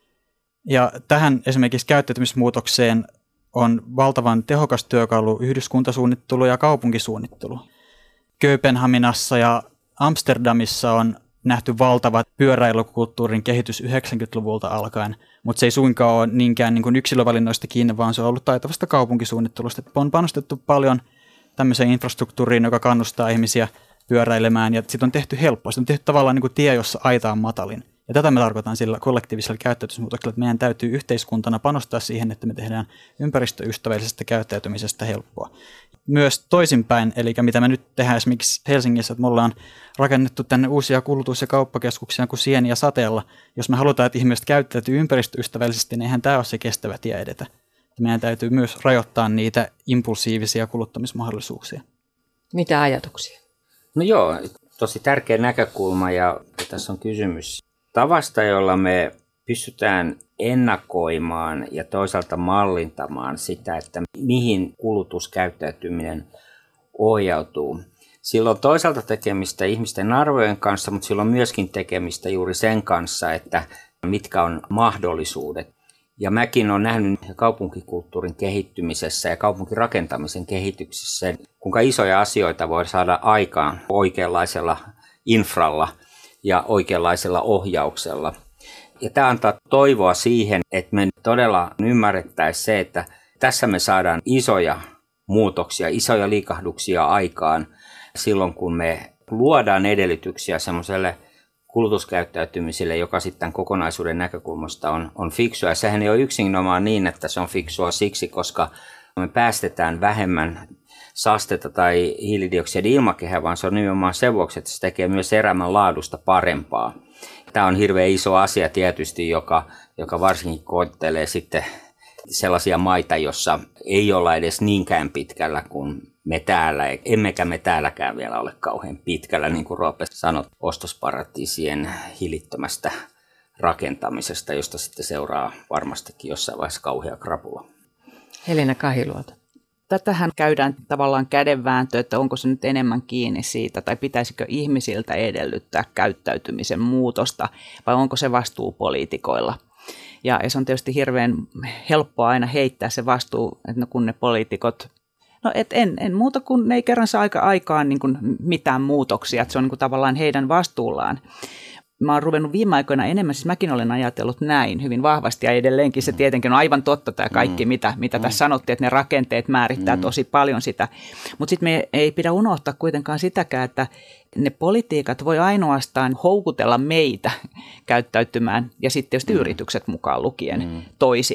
Ja tähän esimerkiksi käyttäytymismuutokseen on valtavan tehokas työkalu yhdyskuntasuunnittelu ja kaupunkisuunnittelu. Kööpenhaminassa ja Amsterdamissa on nähty valtava pyöräilykulttuurin kehitys yhdeksänkymmentäluvulta alkaen, mutta se ei suinkaan ole niinkään niin kuin yksilövalinnoista kiinni, vaan se on ollut taitavasta kaupunkisuunnittelusta. On panostettu paljon tämmöiseen infrastruktuuriin, joka kannustaa ihmisiä pyöräilemään, ja sitten on tehty helppoa. Sitten on tehty tavallaan niin kuin tie, jossa aita on matalin. Ja tätä me tarkoitan sillä kollektiivisella käyttäytymismuutoksella, että meidän täytyy yhteiskuntana panostaa siihen, että me tehdään ympäristöystävällisestä käyttäytymisestä helppoa. Myös toisinpäin, eli mitä me nyt tehdään esimerkiksi Helsingissä, että me ollaan rakennettu tänne uusia kulutus- ja kauppakeskuksia kuin sieni ja sateella. Jos me halutaan, että ihmiset käyttäytyy ympäristöystävällisesti, niin eihän tämä ole se kestävä tie edetä. Meidän täytyy myös rajoittaa niitä impulsiivisia kuluttamismahdollisuuksia. Mitä ajatuksia? No joo, tosi tärkeä näkökulma, ja tässä on kysymys tavasta, jolla me pystytään ennakoimaan ja toisaalta mallintamaan sitä, että mihin kulutuskäyttäytyminen ohjautuu. Sillä on toisaalta tekemistä ihmisten arvojen kanssa, mutta sillä on myöskin tekemistä juuri sen kanssa, että mitkä on mahdollisuudet. Ja mäkin olen nähnyt kaupunkikulttuurin kehittymisessä ja kaupunkirakentamisen kehityksessä, kuinka isoja asioita voi saada aikaan oikeanlaisella infralla ja oikeanlaisella ohjauksella. Ja tämä antaa toivoa siihen, että me todella ymmärrettäisiin se, että tässä me saadaan isoja muutoksia, isoja liikahduksia aikaan silloin, kun me luodaan edellytyksiä semmoiselle kulutuskäyttäytymiselle, joka sitten kokonaisuuden näkökulmasta on, on fiksua. Ja sehän ei ole yksinomaan niin, että se on fiksua siksi, koska me päästetään vähemmän saastetta tai hiilidioksidia ilmakehään, vaan se on nimenomaan sen vuoksi, että se tekee myös elämän laadusta parempaa. Tämä on hirveän iso asia tietysti, joka, joka varsinkin koettelee sitten sellaisia maita, jossa ei olla edes niinkään pitkällä kuin me täällä, emmekä me täälläkään vielä ole kauhean pitkällä, niin kuin Roope sanoi, ostosparatiisien hillittömästä rakentamisesta, josta sitten seuraa varmastikin jossain vaiheessa kauhea krapula. Helena Kahiluoto. Tätähän käydään tavallaan kädenvääntö, että onko se nyt enemmän kiinni siitä, tai pitäisikö ihmisiltä edellyttää käyttäytymisen muutosta, vai onko se vastuu poliitikoilla. Ja, ja se on tietysti hirveän helppoa aina heittää se vastuu, että no kun ne poliitikot, no et en, en muuta kuin ne ei kerran saa aika aikaan niin kuin mitään muutoksia, että se on niin kuin tavallaan heidän vastuullaan. Mä oon ruvennut viime aikoina enemmän, siis mäkin olen ajatellut näin hyvin vahvasti ja edelleenkin se tietenkin on aivan totta tämä kaikki, mm. mitä, mitä mm. tässä sanottiin, että ne rakenteet määrittää mm. tosi paljon sitä. Mutta sitten me ei pidä unohtaa kuitenkaan sitäkään, että ne politiikat voi ainoastaan houkutella meitä käyttäytymään ja sitten tietysti mm. yritykset mukaan lukien mm. toisin.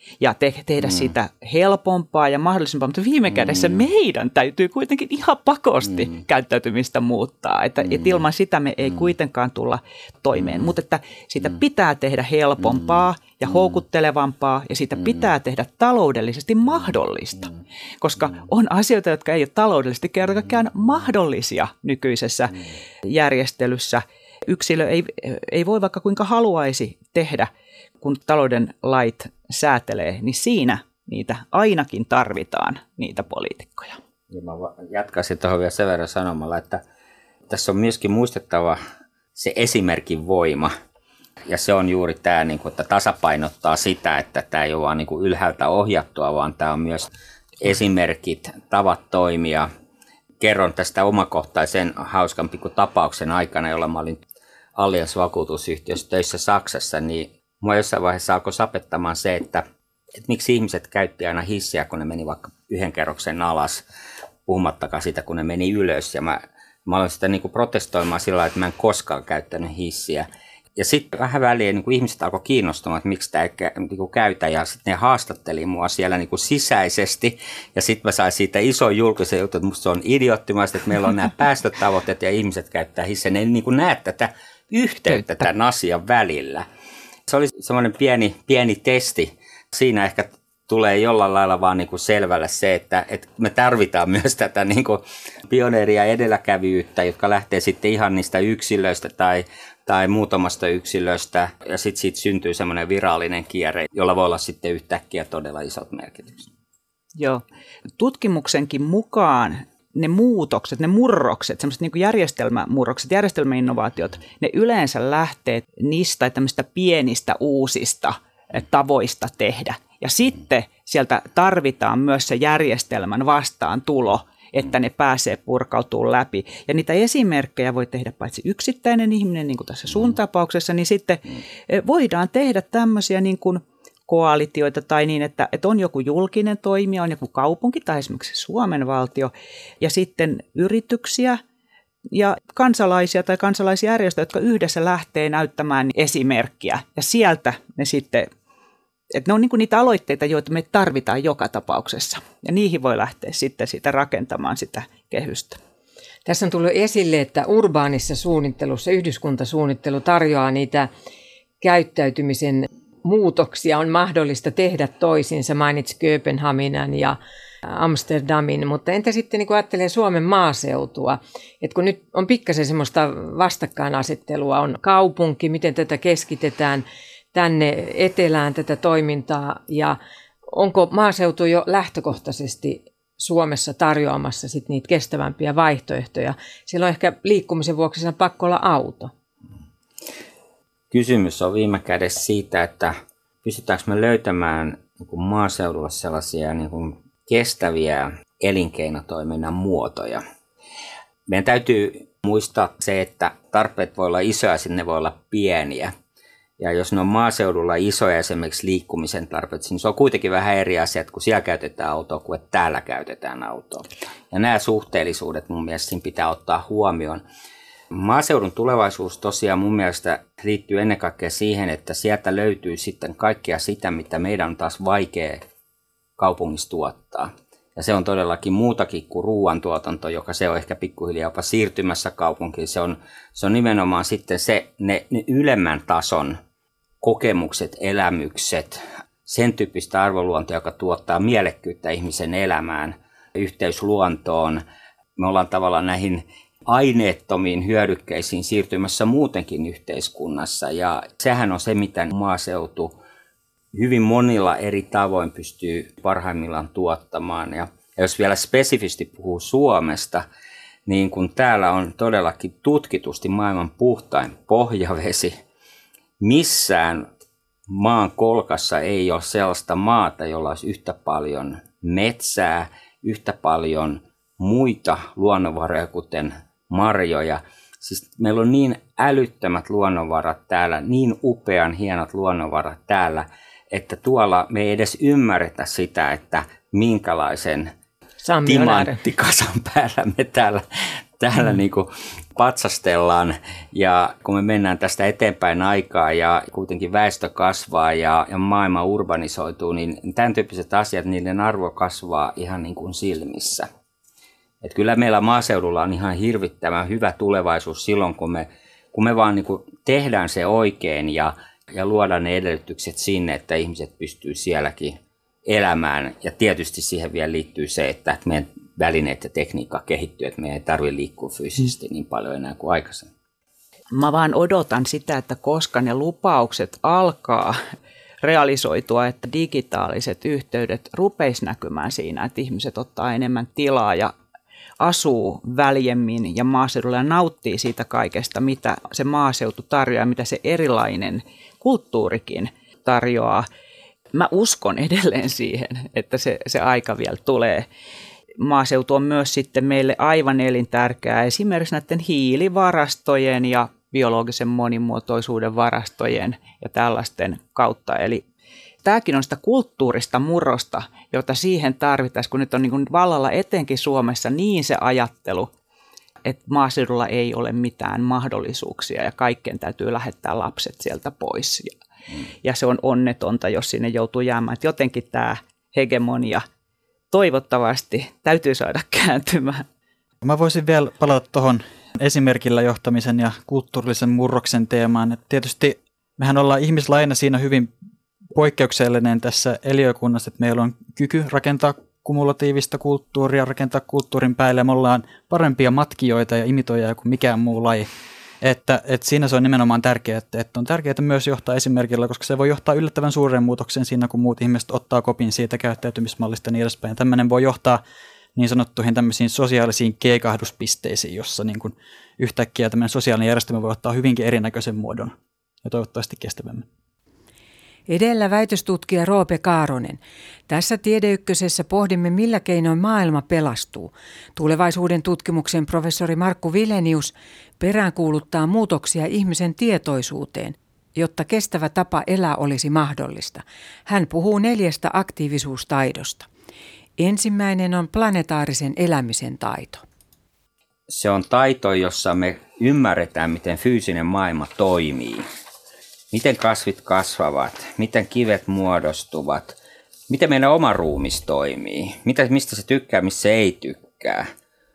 ja te- tehdä mm. sitä helpompaa ja mahdollisempaa, mutta viime kädessä mm. meidän täytyy kuitenkin ihan pakosti mm. käyttäytymistä muuttaa, että mm. et ilman sitä me ei mm. kuitenkaan tulla toimeen, mm. mutta että sitä mm. pitää tehdä helpompaa mm. ja houkuttelevampaa ja sitä mm. pitää tehdä taloudellisesti mahdollista, mm. koska mm. on asioita, jotka ei ole taloudellisesti kertakään mahdollisia nykyisessä mm. järjestelyssä. Yksilö ei, ei voi vaikka kuinka haluaisi tehdä, kun talouden lait säätelee, niin siinä niitä ainakin tarvitaan, niitä poliitikkoja. Ja mä jatkaisin tuohon vielä sen verran sanomalla, että tässä on myöskin muistettava se esimerkin voima. Ja se on juuri tämä, että tasapainottaa sitä, että tämä ei ole vain ylhäältä ohjattua, vaan tämä on myös esimerkit, tavat toimia. Kerron tästä omakohtaisen hauskan pikku tapauksen aikana, jolla mä olin Allianz-vakuutusyhtiössä töissä Saksassa, niin mua jossain vaiheessa alkoi sapettamaan se, että, että miksi ihmiset käytti aina hissiä, kun ne meni vaikka yhden kerroksen alas, puhumattakaan sitä, kun ne meni ylös. Ja mä, mä aloin sitä niin kuin protestoimaan sillä lailla, että mä en koskaan käyttänyt hissiä. Ja sitten vähän väliin niin ihmiset alkoi kiinnostumaan, että miksi tämä ei niin käytä, ja sitten ne haastatteli mua siellä niin sisäisesti, ja sitten mä sain siitä ison julkisen jutun, että musta se on idioottimaista, että meillä on nämä päästötavoitteet, ja ihmiset käyttää hissiä, ne ei niin näe tätä yhteyttä tämän asian välillä. Se oli semmoinen pieni, pieni testi, siinä ehkä tulee jollain lailla vaan niin kuin selvällä se, että, että me tarvitaan myös tätä niin kuin pioneeria ja edelläkävijyyttä, jotka lähtee sitten ihan niistä yksilöistä tai, tai muutamasta yksilöstä, ja sitten siitä syntyy semmoinen virallinen kierre, jolla voi olla sitten yhtäkkiä todella isot merkitykset. Joo. Tutkimuksenkin mukaan ne muutokset, ne murrokset, semmoiset niin kuin järjestelmämurrokset, järjestelmäinnovaatiot, ne yleensä lähtee niistä tämmöistä pienistä uusista tavoista tehdä. Ja sitten sieltä tarvitaan myös se järjestelmän vastaantulo, että ne pääsee purkautumaan läpi. Ja niitä esimerkkejä voi tehdä paitsi yksittäinen ihminen, niin kuin tässä sun tapauksessa, niin sitten voidaan tehdä tämmöisiä niin kuin koalitioita tai niin, että, että on joku julkinen toimija, on joku kaupunki tai esimerkiksi Suomen valtio ja sitten yrityksiä ja kansalaisia tai kansalaisjärjestöjä, jotka yhdessä lähtee näyttämään esimerkkiä ja sieltä ne sitten, että ne on niin kuin niitä aloitteita, joita me tarvitaan joka tapauksessa ja niihin voi lähteä sitten sitä rakentamaan sitä kehystä. Tässä on tullut esille, että urbaanissa suunnittelussa yhdyskuntasuunnittelu tarjoaa niitä käyttäytymisen muutoksia on mahdollista tehdä toisinsa, mainitsi Kööpenhaminan ja Amsterdamin, mutta entä sitten niin kun ajattelen Suomen maaseutua, että kun nyt on pikkasen semmoista vastakkainasettelua, on kaupunki, miten tätä keskitetään tänne etelään tätä toimintaa ja onko maaseutu jo lähtökohtaisesti Suomessa tarjoamassa sit niitä kestävämpiä vaihtoehtoja? Siellä on ehkä liikkumisen vuoksi pakko olla auto. Kysymys on viime kädessä siitä, että pystytäänkö me löytämään niin kuin maaseudulla sellaisia niin kuin kestäviä elinkeinotoiminnan muotoja. Meidän täytyy muistaa se, että tarpeet voi olla isoja ja sitten ne voi olla pieniä. Ja jos ne on maaseudulla isoja esimerkiksi liikkumisen tarpeet, niin se on kuitenkin vähän eri asia, kun siellä käytetään autoa kuin että täällä käytetään autoa. Ja nämä suhteellisuudet mun mielestä siinä pitää ottaa huomioon. Maaseudun tulevaisuus tosiaan mun mielestä liittyy ennen kaikkea siihen, että sieltä löytyy sitten kaikkea sitä, mitä meidän on taas vaikea kaupungissa tuottaa. Ja se on todellakin muutakin kuin ruoantuotanto, joka se on ehkä pikkuhiljaa jopa siirtymässä kaupunkiin. Se on, se on nimenomaan sitten se, ne, ne ylemmän tason kokemukset, elämykset, sen tyyppistä arvoluontoa, joka tuottaa mielekkyyttä ihmisen elämään, yhteys luontoon. Me ollaan tavallaan näihin aineettomiin hyödykkeisiin siirtymässä muutenkin yhteiskunnassa. Ja sehän on se, mitä maaseutu hyvin monilla eri tavoin pystyy parhaimmillaan tuottamaan. Ja jos vielä spesifisti puhuu Suomesta, niin kun täällä on todellakin tutkitusti maailman puhtain pohjavesi, missään maan kolkassa ei ole sellaista maata, jolla olisi yhtä paljon metsää, yhtä paljon muita luonnonvaroja, kuten marjoja. Siis meillä on niin älyttömät luonnonvarat täällä, niin upean hienot luonnonvarat täällä, että tuolla me ei edes ymmärretä sitä, että minkälaisen timanttikasan päällä me täällä, täällä mm. niin kuin patsastellaan ja kun me mennään tästä eteenpäin aikaa ja kuitenkin väestö kasvaa ja, ja maailma urbanisoituu, niin tämän tyyppiset asiat, niiden arvo kasvaa ihan niin kuin silmissä. Et kyllä meillä maaseudulla on ihan hirvittävän hyvä tulevaisuus silloin, kun me, kun me vaan niin kuin tehdään se oikein ja, ja luodaan ne edellytykset sinne, että ihmiset pystyy sielläkin elämään. Ja tietysti siihen vielä liittyy se, että meidän välineet ja tekniikka kehittyy, että meidän ei tarvitse liikkua fyysisesti niin paljon enää kuin aikaisemmin. Mä vaan odotan sitä, että koska ne lupaukset alkaa realisoitua, että digitaaliset yhteydet rupeisi näkymään siinä, että ihmiset ottaa enemmän tilaa ja asuu väljemmin ja maaseudulla ja nauttii siitä kaikesta, mitä se maaseutu tarjoaa, mitä se erilainen kulttuurikin tarjoaa. Mä uskon edelleen siihen, että se, se aika vielä tulee. Maaseutu on myös sitten meille aivan elintärkeää esimerkiksi näiden hiilivarastojen ja biologisen monimuotoisuuden varastojen ja tällaisten kautta. Eli tämäkin on sitä kulttuurista murrosta, jota siihen tarvitaan, kun nyt on niin kuin vallalla etenkin Suomessa niin se ajattelu, että maaseudulla ei ole mitään mahdollisuuksia ja kaikkeen täytyy lähettää lapset sieltä pois. Ja se on onnetonta, jos sinne joutuu jäämään. Että jotenkin tämä hegemonia toivottavasti täytyy saada kääntymään. Mä voisin vielä palata tuohon esimerkillä johtamisen ja kulttuurillisen murroksen teemaan. Et tietysti mehän ollaan ihmislaina siinä hyvin poikkeuksellinen tässä eliökunnassa, että meillä on kyky rakentaa kumulatiivista kulttuuria, rakentaa kulttuurin päälle. Me ollaan parempia matkijoita ja imitoijia kuin mikään muu laji. Että, että siinä se on nimenomaan tärkeää, että, että on tärkeää myös johtaa esimerkillä, koska se voi johtaa yllättävän suuren muutoksen siinä, kun muut ihmiset ottaa kopin siitä käyttäytymismallista ja niin edespäin. Tämmöinen voi johtaa niin sanottuihin tämmöisiin sosiaalisiin keekahduspisteisiin, jossa niin kuin yhtäkkiä tämmöinen sosiaalinen järjestelmä voi ottaa hyvinkin erinäköisen muodon ja toivottavasti kestävämmän. Edellä väitöstutkija Roope Kaaronen. Tässä Tiedeykkösessä pohdimme, millä keinoin maailma pelastuu. Tulevaisuuden tutkimuksen professori Markku Vilenius peräänkuuluttaa muutoksia ihmisen tietoisuuteen, jotta kestävä tapa elää olisi mahdollista. Hän puhuu neljästä aktiivisuustaidosta. Ensimmäinen on planetaarisen elämisen taito. Se on taito, jossa me ymmärretään, miten fyysinen maailma toimii. Miten kasvit kasvavat, miten kivet muodostuvat, miten meidän oma ruumis toimii, mistä se tykkää, missä se ei tykkää.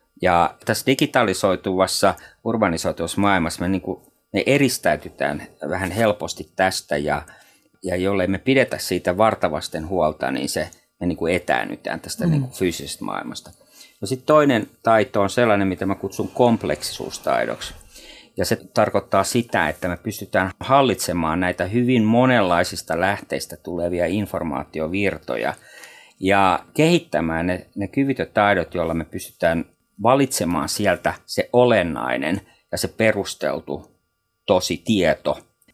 Ja tässä digitalisoituvassa, urbanisoituvassa maailmassa me, niin kuin, me eristäytytään vähän helposti tästä ja, ja jollei me pidetä siitä vartavasten huolta, niin se, me niin kuin etäännytään tästä mm. niin kuin fyysisestä maailmasta. Ja sitten toinen taito on sellainen, mitä mä kutsun kompleksisuustaidoksi. Ja se tarkoittaa sitä, että me pystytään hallitsemaan näitä hyvin monenlaisista lähteistä tulevia informaatiovirtoja ja kehittämään ne, ne kyvyt taidot, joilla me pystytään valitsemaan sieltä se olennainen ja se perusteltu tosi tieto.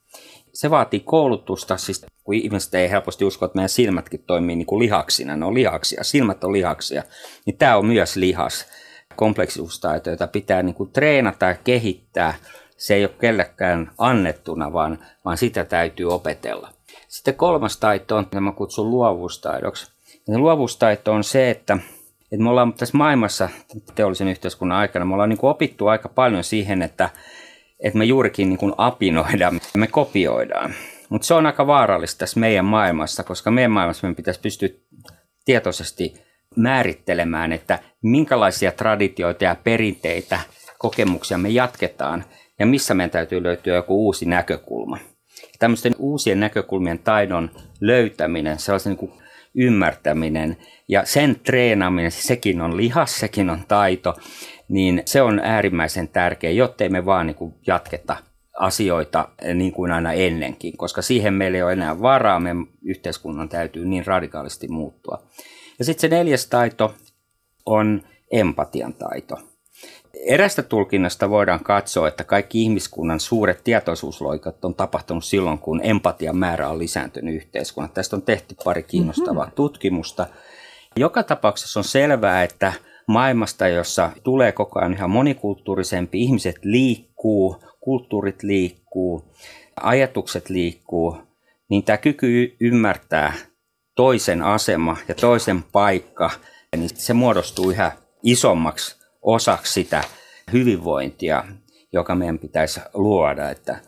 Se vaatii koulutusta, siis kun ihmiset ei helposti usko, että meidän silmätkin toimii niin kuin lihaksina, ne on lihaksia, silmät on lihaksia, niin tämä on myös lihas. Kompleksisuustaito, jota pitää niin kuin treenata ja kehittää. Se ei ole kellekään annettuna, vaan, vaan sitä täytyy opetella. Sitten kolmas taito on, mitä mä kutsun luovuustaidoksi. Ja luovuustaito on se, että, että me ollaan tässä maailmassa teollisen yhteiskunnan aikana, me ollaan niin kuin opittu aika paljon siihen, että, että me juurikin niin kuin apinoidaan, me kopioidaan. Mutta se on aika vaarallista tässä meidän maailmassa, koska meidän maailmassa meidän pitäisi pystyä tietoisesti määrittelemään, että minkälaisia traditioita ja perinteitä, kokemuksia me jatketaan ja missä meidän täytyy löytyä joku uusi näkökulma. Ja tämmöisten uusien näkökulmien taidon löytäminen, sellaisen niin kuin ymmärtäminen ja sen treenaaminen, sekin on lihas, sekin on taito, niin se on äärimmäisen tärkeä, jottei me vaan niin kuin jatketa asioita niin kuin aina ennenkin, koska siihen meillä ei ole enää varaa, meidän yhteiskunnan täytyy niin radikaalisti muuttua. Ja sitten se neljäs taito on empatian taito. Erästä tulkinnasta voidaan katsoa, että kaikki ihmiskunnan suuret tietoisuusloikat on tapahtunut silloin, kun empatian määrä on lisääntynyt yhteiskunnassa. Tästä on tehty pari kiinnostavaa mm-hmm. tutkimusta. Joka tapauksessa on selvää, että maailmasta, jossa tulee koko ajan ihan monikulttuurisempi, ihmiset liikkuu, kulttuurit liikkuu, ajatukset liikkuu, niin tämä kyky ymmärtää toisen asema ja toisen paikka, niin se muodostuu yhä isommaksi osaksi sitä hyvinvointia, joka meidän pitäisi luoda. Että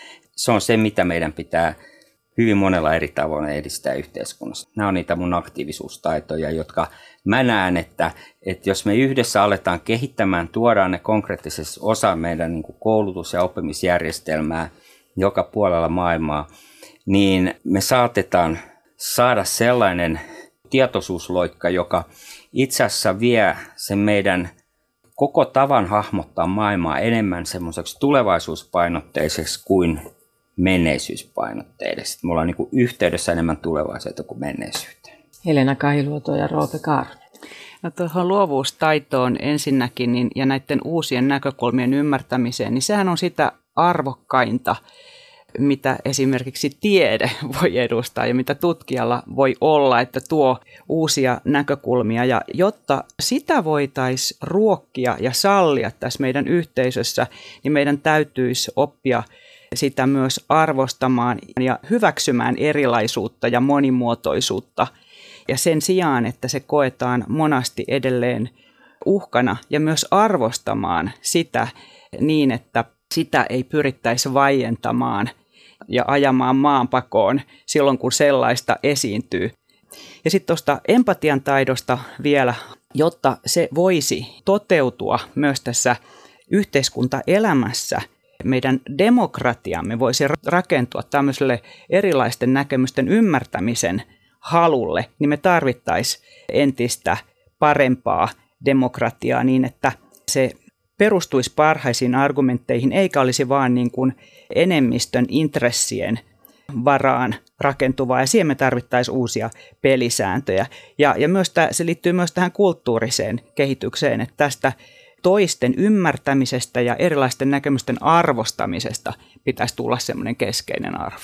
se on se, mitä meidän pitää hyvin monella eri tavoin edistää yhteiskunnassa. Nämä on niitä mun aktiivisuustaitoja, jotka mä näen, että, että jos me yhdessä aletaan kehittämään, tuodaan ne konkreettisesti osa meidän niin kuin koulutus- ja oppimisjärjestelmää joka puolella maailmaa, niin me saatetaan saada sellainen tietoisuusloikka, joka itse asiassa vie sen meidän koko tavan hahmottaa maailmaa enemmän semmoiseksi tulevaisuuspainotteiseksi kuin menneisyyspainotteisesti. Me ollaan niin kuin yhteydessä enemmän tulevaisuuteen kuin menneisyyteen. Helena Kahiluoto ja Roope Kaarne. No tuohon luovuustaitoon ensinnäkin niin, ja näiden uusien näkökulmien ymmärtämiseen, niin sehän on sitä arvokkainta, mitä esimerkiksi tiede voi edustaa ja mitä tutkijalla voi olla, että tuo uusia näkökulmia. Ja jotta sitä voitaisiin ruokkia ja sallia tässä meidän yhteisössä, niin meidän täytyisi oppia sitä myös arvostamaan ja hyväksymään erilaisuutta ja monimuotoisuutta. Ja sen sijaan, että se koetaan monasti edelleen uhkana ja myös arvostamaan sitä niin, että sitä ei pyrittäisi vaientamaan ja ajamaan maanpakoon silloin, kun sellaista esiintyy. Ja sitten tuosta empatian taidosta vielä, jotta se voisi toteutua myös tässä yhteiskuntaelämässä, meidän demokratiamme voisi rakentua tämmöiselle erilaisten näkemysten ymmärtämisen halulle, niin me tarvittaisiin entistä parempaa demokratiaa niin, että se perustuisi parhaisiin argumentteihin, eikä olisi vaan niin kuin enemmistön intressien varaan rakentuvaa, ja siihen me tarvittaisiin uusia pelisääntöjä. Ja, ja myös tämä, se liittyy myös tähän kulttuuriseen kehitykseen, että tästä toisten ymmärtämisestä ja erilaisten näkemysten arvostamisesta pitäisi tulla semmoinen keskeinen arvo.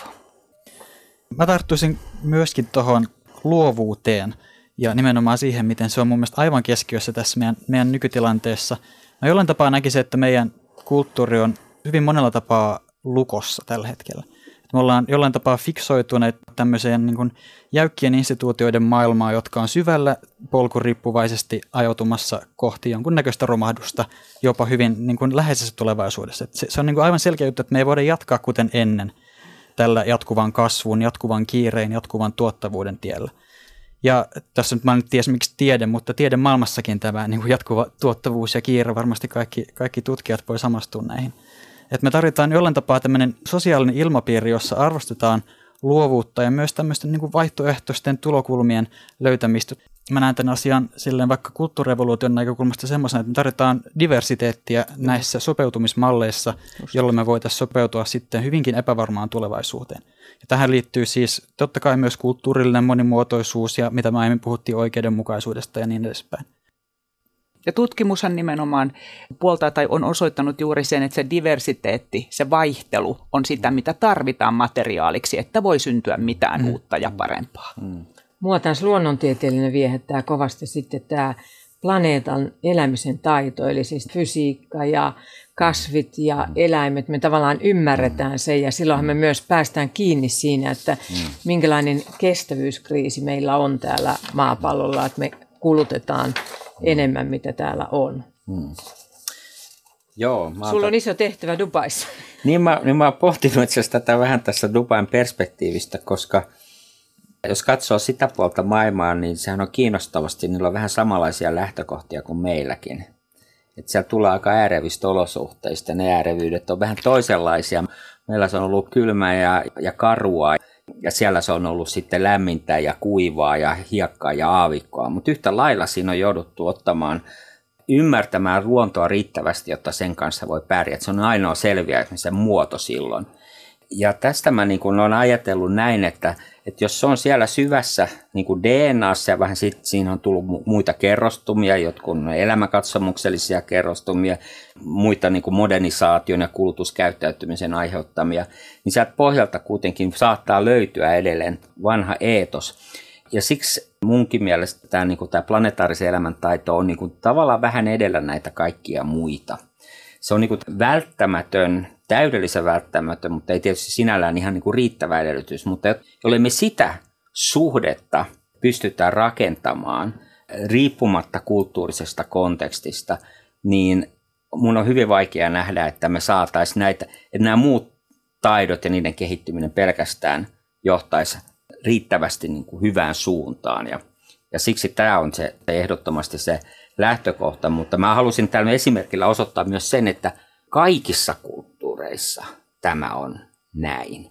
Mä tarttuisin myöskin tuohon luovuuteen ja nimenomaan siihen, miten se on mun mielestä aivan keskiössä tässä meidän, meidän nykytilanteessa. Mä jollain tapaa näkisin, että meidän kulttuuri on hyvin monella tapaa lukossa tällä hetkellä. Me ollaan jollain tapaa fiksoituneet tämmöiseen niin kuin jäykkien instituutioiden maailmaa, jotka on syvällä polkuriippuvaisesti ajautumassa kohti jonkunnäköistä romahdusta jopa hyvin niin kuin läheisessä tulevaisuudessa. Se, se on niin kuin aivan selkeä juttu, että me ei voida jatkaa kuten ennen tällä jatkuvan kasvun, jatkuvan kiireen, jatkuvan tuottavuuden tiellä. Ja tässä nyt mainittiin esimerkiksi tiede, mutta tiede maailmassakin tämä niin kuin jatkuva tuottavuus ja kiire, varmasti kaikki, kaikki tutkijat voi samastua näihin. Et me tarvitaan jollain tapaa tämmöinen sosiaalinen ilmapiiri, jossa arvostetaan luovuutta ja myös tämmöisten niin kuin vaihtoehtoisten tulokulmien löytämistä. Mä näen tämän asian silleen vaikka kulttuurirevoluution näkökulmasta semmoisena, että me tarvitaan diversiteettiä näissä sopeutumismalleissa, jolloin me voitaisiin sopeutua sitten hyvinkin epävarmaan tulevaisuuteen. Ja tähän liittyy siis totta kai myös kulttuurillinen monimuotoisuus ja mitä me aiemmin puhuttiin oikeudenmukaisuudesta ja niin edespäin. Ja tutkimushan nimenomaan puoltaa tai on osoittanut juuri sen, että se diversiteetti, se vaihtelu on sitä, mitä tarvitaan materiaaliksi, että voi syntyä mitään mm. uutta ja parempaa. Mm. Mua taas luonnontieteellinen viehättää kovasti sitten tämä planeetan elämisen taito, eli siis fysiikka ja kasvit ja eläimet. Me tavallaan ymmärretään se ja silloinhan me myös päästään kiinni siinä, että minkälainen kestävyyskriisi meillä on täällä maapallolla, että me kulutetaan enemmän, mitä täällä on. Hmm. Joo, Sulla on iso tehtävä Dubaissa. Niin mä, niin mä oon pohtinut itse asiassa tätä vähän tässä Dubain perspektiivistä, koska jos katsoo sitä puolta maailmaa, niin sehän on kiinnostavasti, niillä on vähän samanlaisia lähtökohtia kuin meilläkin. Että siellä tulee aika äärevistä olosuhteista, ne äärevyydet on vähän toisenlaisia. Meillä se on ollut kylmää ja, ja karua. Ja siellä se on ollut sitten lämmintä ja kuivaa ja hiekkaa ja aavikkoa. Mutta yhtä lailla siinä on jouduttu ottamaan, ymmärtämään luontoa riittävästi, jotta sen kanssa voi pärjätä. Se on ainoa selviämisen muoto silloin. Ja tästä mä niin kun olen ajatellut näin, että, että jos se on siellä syvässä niin kuin D N A:ssa ja vähän sit, siinä on tullut muita kerrostumia, jotkut elämänkatsomuksellisia kerrostumia, muita niin kuin modernisaation ja kulutuskäyttäytymisen aiheuttamia, niin sieltä pohjalta kuitenkin saattaa löytyä edelleen vanha eetos. Ja siksi munkin mielestä tämä, niin kuin tämä planetaarisen elämän taito on niin kuin tavallaan vähän edellä näitä kaikkia muita. Se on niin kuin välttämätön, täydellisen välttämätön, mutta ei tietysti sinällään ihan niin kuin riittävä edellytys. Mutta jollei me sitä suhdetta pystytään rakentamaan riippumatta kulttuurisesta kontekstista, niin mun on hyvin vaikea nähdä, että me saataisiin näitä, että nämä muut taidot ja niiden kehittyminen pelkästään johtaisi riittävästi niin kuin hyvään suuntaan. Ja, ja siksi tämä on se ehdottomasti se lähtökohta, mutta mä halusin tällä esimerkillä osoittaa myös sen, että kaikissa kulttuureissa tämä on näin.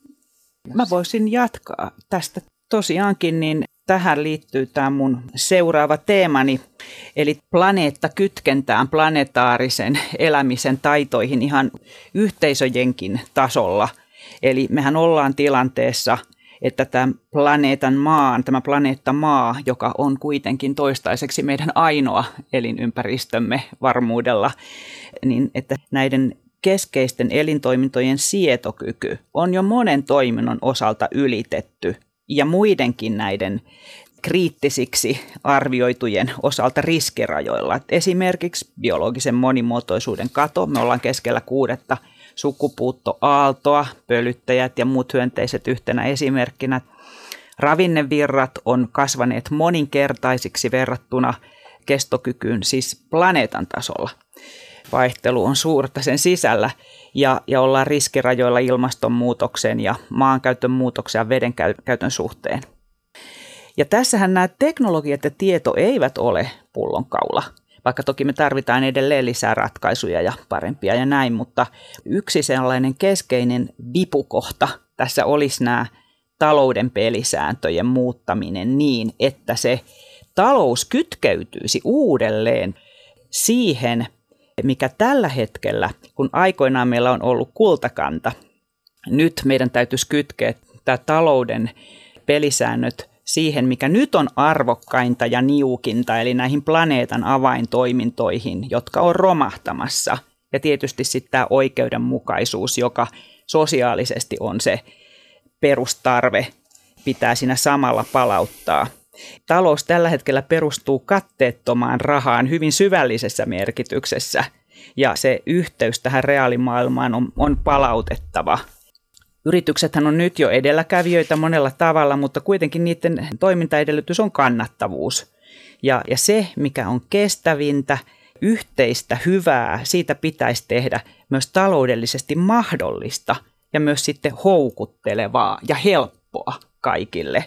Mä voisin jatkaa tästä. Tosiaankin niin tähän liittyy tämä mun seuraava teemani, eli planeetta kytkentään planetaarisen elämisen taitoihin ihan yhteisöjenkin tasolla. Eli mehän ollaan tilanteessa, että tämä planeetan maan, tämä planeetta maa, joka on kuitenkin toistaiseksi meidän ainoa elinympäristömme varmuudella, niin että näiden keskeisten elintoimintojen sietokyky on jo monen toiminnon osalta ylitetty ja muidenkin näiden kriittisiksi arvioitujen osalta riskirajoilla. Esimerkiksi biologisen monimuotoisuuden kato, me ollaan keskellä kuudetta sukupuuttoaaltoa, pölyttäjät ja muut hyönteiset yhtenä esimerkkinä. Ravinnevirrat on kasvaneet moninkertaisiksi verrattuna kestokykyyn, siis planeetan tasolla. Vaihtelu on suurta sen sisällä ja, ja ollaan riskirajoilla ilmastonmuutoksen ja maankäytön muutoksen ja veden käytön suhteen. Ja tässähän nämä teknologiat ja tieto eivät ole pullonkaula, vaikka toki me tarvitaan edelleen lisää ratkaisuja ja parempia ja näin, mutta yksi sellainen keskeinen vipukohta tässä olisi nämä talouden pelisääntöjen muuttaminen niin, että se talous kytkeytyisi uudelleen siihen, mikä tällä hetkellä, kun aikoinaan meillä on ollut kultakanta, nyt meidän täytyisi kytkeä tämä talouden pelisäännöt siihen, mikä nyt on arvokkainta ja niukinta, eli näihin planeetan avaintoimintoihin, jotka on romahtamassa. Ja tietysti sitten tämä oikeudenmukaisuus, joka sosiaalisesti on se perustarve, pitää siinä samalla palauttaa. Talous tällä hetkellä perustuu katteettomaan rahaan hyvin syvällisessä merkityksessä, ja se yhteys tähän reaalimaailmaan on, on palautettava. Yrityksethän on nyt jo edelläkävijöitä monella tavalla, mutta kuitenkin niiden toimintaedellytys on kannattavuus. Ja, ja se, mikä on kestävintä, yhteistä, hyvää, siitä pitäisi tehdä myös taloudellisesti mahdollista ja myös sitten houkuttelevaa ja helppoa kaikille.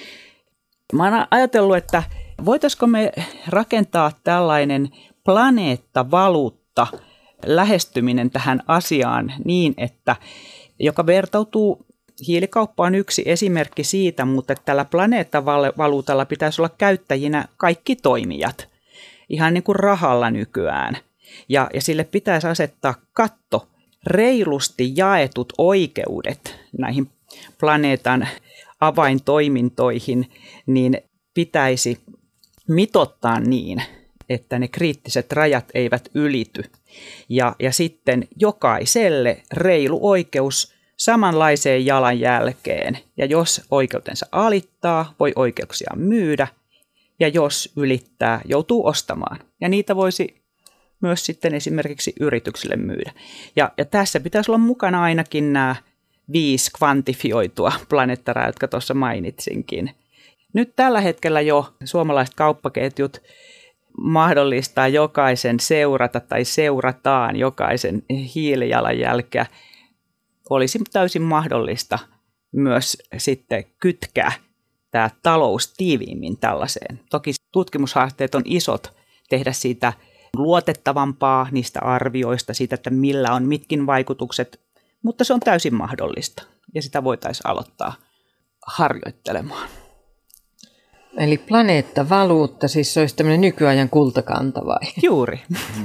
Mä oon ajatellut, että voitaisiko me rakentaa tällainen planeettavaluutta lähestyminen tähän asiaan niin, että joka vertautuu, hiilikauppa on yksi esimerkki siitä, mutta tällä planeettavaluutalla pitäisi olla käyttäjinä kaikki toimijat, ihan niin kuin rahalla nykyään. Ja, ja sille pitäisi asettaa katto, reilusti jaetut oikeudet näihin planeetan avaintoimintoihin, niin pitäisi mitottaa niin, että ne kriittiset rajat eivät ylity. Ja, ja sitten jokaiselle reilu oikeus samanlaiseen jalanjälkeen. Ja jos oikeutensa alittaa, voi oikeuksia myydä. Ja jos ylittää, joutuu ostamaan. Ja niitä voisi myös sitten esimerkiksi yrityksille myydä. Ja, ja tässä pitäisi olla mukana ainakin nämä viisi kvantifioitua planeettaraa, jotka tuossa mainitsinkin. Nyt tällä hetkellä jo suomalaiset kauppaketjut mahdollistaa jokaisen seurata tai seurataan jokaisen hiilijalanjälkeä. Olisi täysin mahdollista myös sitten kytkeä tämä talous tiiviimmin tällaiseen. Toki tutkimushaasteet on isot tehdä siitä luotettavampaa niistä arvioista, siitä, että millä on mitkin vaikutukset, mutta se on täysin mahdollista ja sitä voitaisiin aloittaa harjoittelemaan. Eli planeettavaluutta, siis se olisi tämmöinen nykyajan kultakanta vai? Juuri.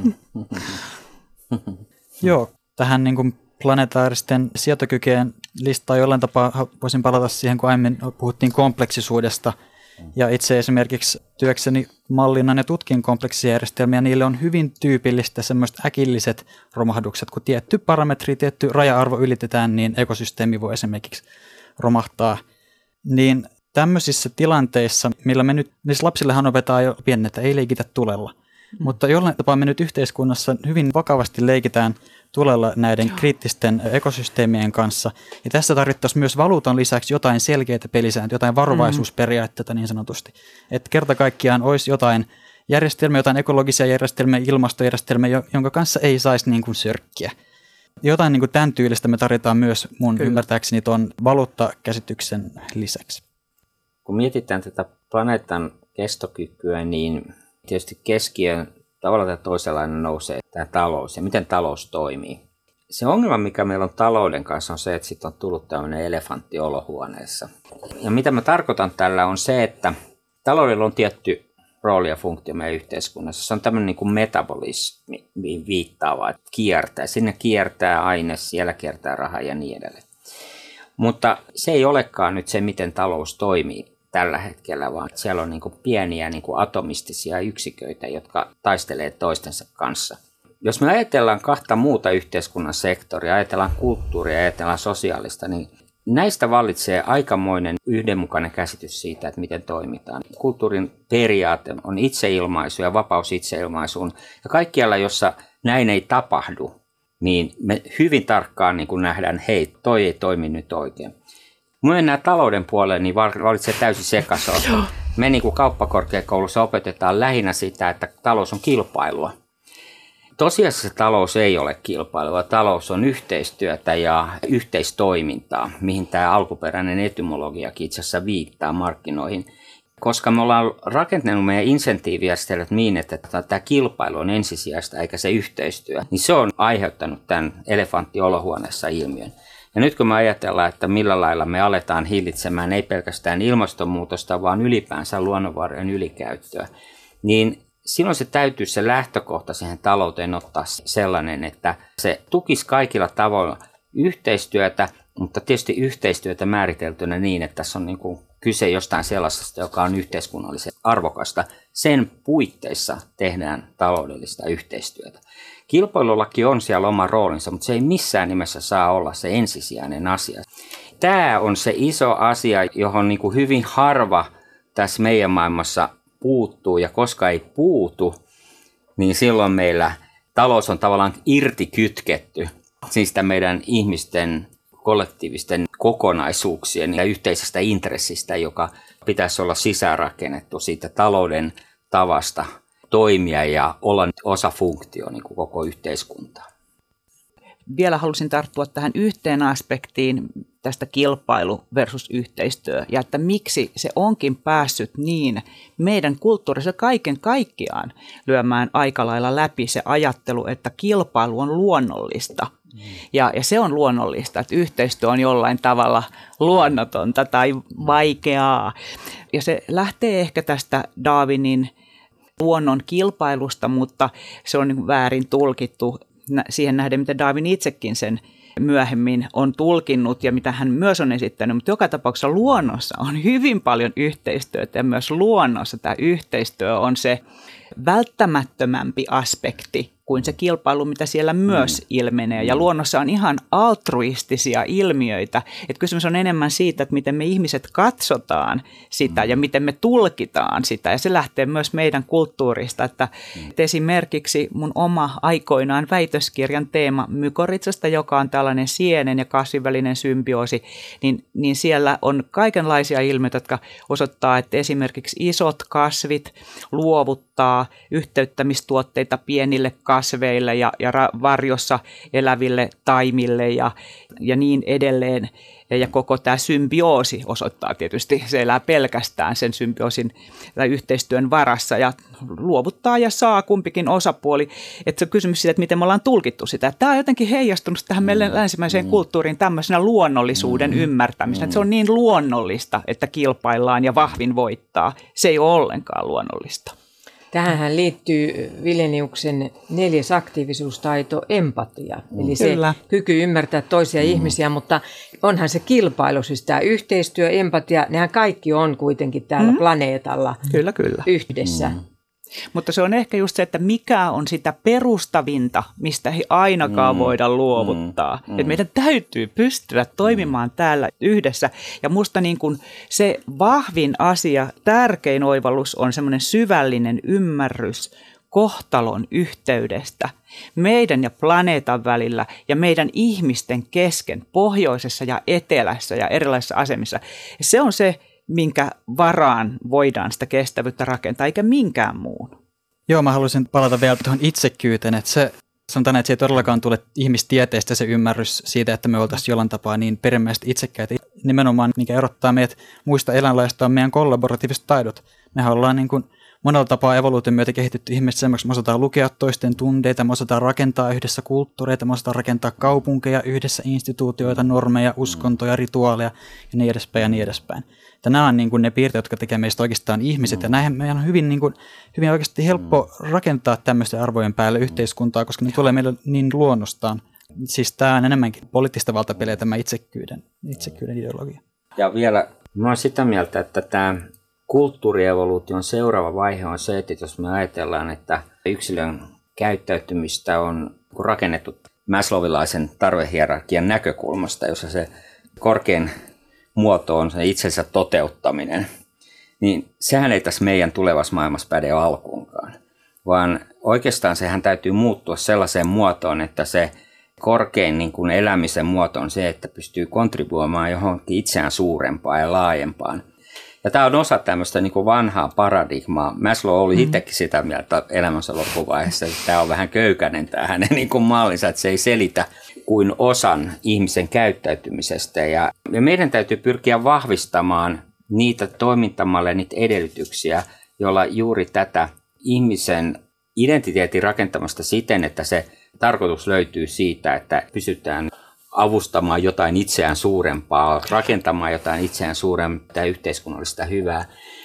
Joo, tähän niin kuin planetaaristen sietokykyjen listaan jollain tapaa voisin palata siihen, kun aiemmin puhuttiin kompleksisuudesta. Ja itse esimerkiksi työkseni mallinnan ja tutkin kompleksijärjestelmiä, niille on hyvin tyypillistä semmoiset äkilliset romahdukset, kun tietty parametri, tietty raja-arvo ylitetään, niin ekosysteemi voi esimerkiksi romahtaa. Niin tämmöisissä tilanteissa, millä me nyt, niissä lapsillehan opetaan jo pienen, että ei leikitä tulella. Mm. Mutta jollain tapaa me nyt yhteiskunnassa hyvin vakavasti leikitään tulella näiden Joo. kriittisten ekosysteemien kanssa. Ja tässä tarvittaisiin myös valuutan lisäksi jotain selkeitä pelisääntöjä, jotain varovaisuusperiaatteita niin sanotusti. Että kerta kaikkiaan olisi jotain järjestelmiä, jotain ekologisia järjestelmiä, ilmastojärjestelmiä, jonka kanssa ei saisi niin kuin sörkkiä. Jotain niin kuin tämän tyylistä me tarvitaan myös mun Kyllä. ymmärtääkseni tuon valuuttakäsityksen lisäksi. Kun mietitään tätä planeetan kestokykyä, niin tietysti keskiöön tavalla tai toisenlainen nousee tämä talous ja miten talous toimii. Se ongelma, mikä meillä on talouden kanssa, on se, että siitä on tullut tämmöinen elefantti olohuoneessa. Ja mitä mä tarkoitan tällä on se, että taloudella on tietty rooli ja funktio meidän yhteiskunnassa. Se on tämmöinen niin kuin metabolismiin viittaava, että kiertää. Sinne kiertää aine, siellä kiertää raha ja niin edelleen. Mutta se ei olekaan nyt se, miten talous toimii tällä hetkellä, vaan siellä on niin kuin pieniä niin kuin atomistisia yksiköitä, jotka taistelee toistensa kanssa. Jos me ajatellaan kahta muuta yhteiskunnan sektoria, ajatellaan kulttuuria ja ajatellaan sosiaalista, niin näistä vallitsee aikamoinen yhdenmukainen käsitys siitä, että miten toimitaan. Kulttuurin periaate on itseilmaisu ja vapaus itseilmaisuun. Ja kaikkialla, jossa näin ei tapahdu, niin me hyvin tarkkaan niin kun nähdään, hei, toi ei toimi nyt oikein. Mun mennään talouden puolelle, niin vallitsee täysin sekasorto. Me niin kuin kauppakorkeakoulussa opetetaan lähinnä sitä, että talous on kilpailua. Tosiasiassa talous ei ole kilpailua. Talous on yhteistyötä ja yhteistoimintaa, mihin tämä alkuperäinen etymologiakin itse asiassa viittaa markkinoihin. Koska me ollaan rakentanut meidän insentiivijärjestelmät niin, että tämä kilpailu on ensisijaista eikä se yhteistyö, niin se on aiheuttanut tämän elefantti olohuoneessa ilmiön. Ja nyt kun me ajatellaan, että millä lailla me aletaan hillitsemään ei pelkästään ilmastonmuutosta, vaan ylipäänsä luonnonvarojen ylikäyttöä, niin silloin se täytyy se lähtökohta siihen talouteen ottaa sellainen, että se tukisi kaikilla tavoilla yhteistyötä, mutta tietysti yhteistyötä määriteltynä niin, että tässä on niin kuin kyse jostain sellaisesta, joka on yhteiskunnallisesti arvokasta. Sen puitteissa tehdään taloudellista yhteistyötä. Kilpailulaki on siellä oma roolinsa, mutta se ei missään nimessä saa olla se ensisijainen asia. Tämä on se iso asia, johon niin kuin hyvin harva tässä meidän maailmassa puuttuu, ja koska ei puutu, niin silloin meillä talous on tavallaan irtikytketty siis meidän ihmisten kollektiivisten kokonaisuuksien ja yhteisestä intressistä, joka pitäisi olla sisäänrakennettu siitä talouden tavasta toimia ja olla osa funktio niin kuin koko yhteiskuntaa. Vielä halusin tarttua tähän yhteen aspektiin tästä kilpailu versus yhteistyö ja että miksi se onkin päässyt niin meidän kulttuurissa kaiken kaikkiaan lyömään aika lailla läpi se ajattelu, että kilpailu on luonnollista. Mm. Ja, ja se on luonnollista, että yhteistyö on jollain tavalla luonnotonta tai vaikeaa. Ja se lähtee ehkä tästä Darwinin luonnon kilpailusta, mutta se on niin väärin tulkittu siihen nähden, mitä Darwin itsekin sen myöhemmin on tulkinnut ja mitä hän myös on esittänyt, mutta joka tapauksessa luonnossa on hyvin paljon yhteistyötä ja myös luonnossa tämä yhteistyö on se välttämättömämpi aspekti kuin se kilpailu, mitä siellä myös mm. ilmenee. Ja luonnossa on ihan altruistisia ilmiöitä. Että kysymys on enemmän siitä, että miten me ihmiset katsotaan sitä ja miten me tulkitaan sitä. Ja se lähtee myös meidän kulttuurista. Että mm. esimerkiksi mun oma aikoinaan väitöskirjan teema mykorrhizasta, joka on tällainen sienen ja kasvin välinen symbioosi, niin, niin siellä on kaikenlaisia ilmiöitä, jotka osoittaa, että esimerkiksi isot kasvit luovuttaa yhteyttämistuotteita pienille kasveille ja, ja varjossa eläville taimille ja, ja niin edelleen. Ja, ja koko tämä symbioosi osoittaa tietysti, se elää pelkästään sen symbioosin tai yhteistyön varassa ja luovuttaa ja saa kumpikin osapuoli. Että se on kysymys siitä, että miten me ollaan tulkittu sitä. Tämä on jotenkin heijastunut tähän meille länsimäiseen mm. kulttuuriin tämmöisenä luonnollisuuden mm. ymmärtämisenä. Että se on niin luonnollista, että kilpaillaan ja vahvin voittaa. Se ei ole ollenkaan luonnollista. Tähän liittyy Vileniuksen neljäs aktiivisuustaito, empatia. Eli se kyllä. kyky ymmärtää toisia mm. ihmisiä, mutta onhan se kilpailu, siis tämä yhteistyö, empatia, nehän kaikki on kuitenkin täällä mm. planeetalla kyllä, kyllä. yhdessä. Mm. Mutta se on ehkä just se, että mikä on sitä perustavinta, mistä ei ainakaan mm. voida luovuttaa. Mm. Että meidän täytyy pystyä toimimaan mm. täällä yhdessä. Ja musta niin kuin se vahvin asia, tärkein oivallus on semmoinen syvällinen ymmärrys kohtalon yhteydestä meidän ja planeetan välillä ja meidän ihmisten kesken pohjoisessa ja etelässä ja erilaisissa asemissa. Ja se on se, minkä varaan voidaan sitä kestävyyttä rakentaa, eikä minkään muun. Joo, mä haluaisin palata vielä tuohon itsekkyyteen, että se sanotaan, että se ei todellakaan tule ihmistieteestä se ymmärrys siitä, että me oltaisiin jollain tapaa niin perimmäisesti itsekkäitä. Nimenomaan, mikä erottaa meidät muista eläinlajeista, on meidän kollaboratiiviset taidot. Mehän ollaan niin kuin monella tapaa evoluution myötä kehitetty ihmiset semmoiksi, me osataan lukea toisten tunteita, me osataan rakentaa yhdessä kulttuureita, me osataan rakentaa kaupunkeja yhdessä, instituutioita, normeja, uskontoja, rituaaleja ja niin edespäin ja niin edespäin. Että nämä on niin kuin ne piirteet, jotka tekee meistä oikeastaan ihmiset, ja näihin meidän on hyvin, niin kuin, hyvin oikeasti helppo rakentaa tämmöisten arvojen päälle yhteiskuntaa, koska ne tulee meille niin luonnostaan. Siis tämä on enemmänkin poliittista valtapeliä, tämä itsekkyyden, itsekkyyden ideologia. Ja vielä, mä olen sitä mieltä, että tämä kulttuurievoluution seuraava vaihe on se, että jos me ajatellaan, että yksilön käyttäytymistä on rakennettu maslowilaisen tarvehierarkian näkökulmasta, jossa se korkein muoto on se itsensä toteuttaminen, niin sehän ei tässä meidän tulevassa maailmassa päde alkuunkaan, vaan oikeastaan sehän täytyy muuttua sellaiseen muotoon, että se korkein niin kuin elämisen muoto on se, että pystyy kontribuoimaan johonkin itseään suurempaan ja laajempaan. Ja tämä on osa tämmöistä niin kuin vanhaa paradigmaa. Maslow oli itsekin sitä mieltä elämänsä loppuvaiheessa, että tämä on vähän köykäinen tämä hänen niin kuin mallinsa, että se ei selitä kuin osan ihmisen käyttäytymisestä. Ja, ja meidän täytyy pyrkiä vahvistamaan niitä toimintamalle niitä edellytyksiä, joilla juuri tätä ihmisen identiteetin rakentamasta siten, että se tarkoitus löytyy siitä, että pysytään avustamaan jotain itseään suurempaa, rakentamaan jotain itseään suurempaa yhteiskunnallista hyvää.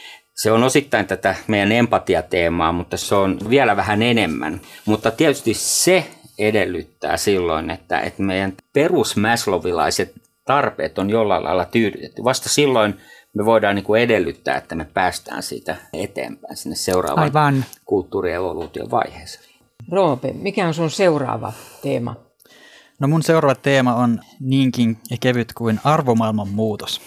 Se on osittain tätä meidän empatiateemaa, mutta se on vielä vähän enemmän. Mutta tietysti se edellyttää silloin, että, että meidän perusmaslovilaiset tarpeet on jollain lailla tyydytetty. Vasta silloin me voidaan niin kuin edellyttää, että me päästään siitä eteenpäin sinne seuraavaan Aivan. kulttuurievoluution vaiheeseen. Roope, mikä on sun seuraava teema? No mun seuraava teema on niinkin kevyt kuin arvomaailman muutos.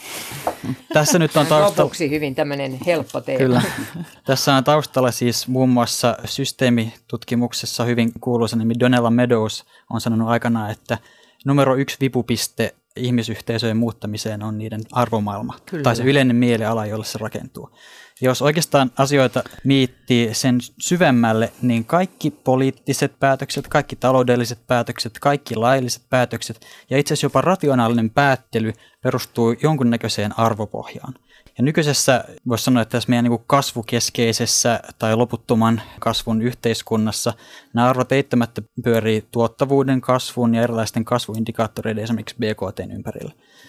Tässä nyt on taustalla... Lopuksi hyvin tämmöinen helppo teema. Kyllä. Tässä on taustalla siis muun muassa systeemitutkimuksessa hyvin kuuluisa nimi Donella Meadows on sanonut aikanaan, että numero yksi vipupiste ihmisyhteisöjen muuttamiseen on niiden arvomaailma. Kyllä. Tai se yleinen mieliala, jolle se rakentuu. Jos oikeastaan asioita miettii sen syvemmälle, niin kaikki poliittiset päätökset, kaikki taloudelliset päätökset, kaikki lailliset päätökset ja itse asiassa jopa rationaalinen päättely perustuu jonkunnäköiseen arvopohjaan. Ja nykyisessä voisi sanoa, että tässä meidän niin kuin kasvukeskeisessä tai loputtoman kasvun yhteiskunnassa nämä arvot eittämättä pyörii tuottavuuden kasvun ja erilaisten kasvuindikaattoreiden esimerkiksi B K T:n ympärillä.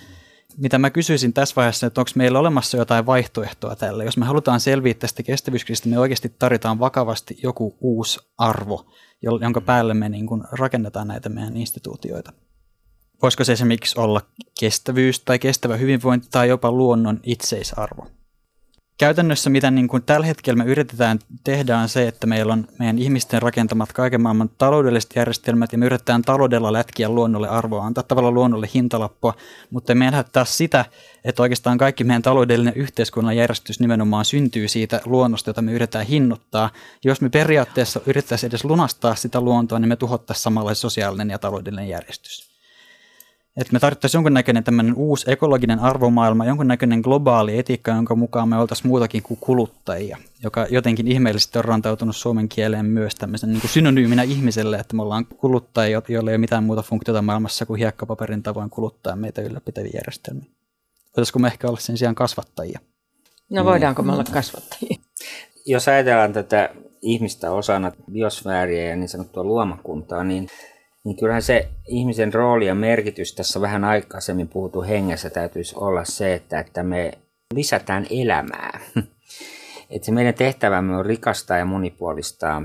Mitä mä kysyisin tässä vaiheessa, että onko meillä olemassa jotain vaihtoehtoa tälle? Jos me halutaan selviä tästä kestävyyskriisistä, me oikeasti tarvitaan vakavasti joku uusi arvo, jonka päälle me niin kuin rakennetaan näitä meidän instituutioita. Voisiko se esimerkiksi olla kestävyys tai kestävä hyvinvointi tai jopa luonnon itseisarvo? Käytännössä mitä niin kuin tällä hetkellä me yritetään tehdä on se, että meillä on meidän ihmisten rakentamat kaiken maailman taloudelliset järjestelmät ja me yritetään taloudella lätkiä luonnolle arvoa, antaa tavallaan luonnolle hintalappua, mutta me nähdään taas sitä, että oikeastaan kaikki meidän taloudellinen yhteiskunnan järjestys nimenomaan syntyy siitä luonnosta, jota me yritetään hinnoittaa. Jos me periaatteessa yrittäisiin edes lunastaa sitä luontoa, niin me tuhottaisiin samalla sosiaalinen ja taloudellinen järjestys. Että me tarvittaisiin jonkunnäköinen tämmöinen uusi ekologinen arvomaailma, jonkunnäköinen globaali etiikka, jonka mukaan me oltaisiin muutakin kuin kuluttajia, joka jotenkin ihmeellisesti on rantautunut suomen kieleen myös tämmöisen niin kuin synonyyminä ihmiselle, että me ollaan kuluttajia, joilla ei ole mitään muuta funktiota maailmassa kuin hiekkapaperin tavoin kuluttaa meitä ylläpitäviä järjestelmiä. Voitaisiko me ehkä olla sen sijaan kasvattajia? No voidaanko me olla kasvattajia? Jos ajatellaan tätä ihmistä osana biosfääriä ja niin sanottua luomakuntaa, niin niin kyllähän se ihmisen rooli ja merkitys tässä vähän aikaisemmin puhuttu hengessä täytyisi olla se, että, että me lisätään elämää. Että se meidän tehtävämme on rikastaa ja monipuolistaa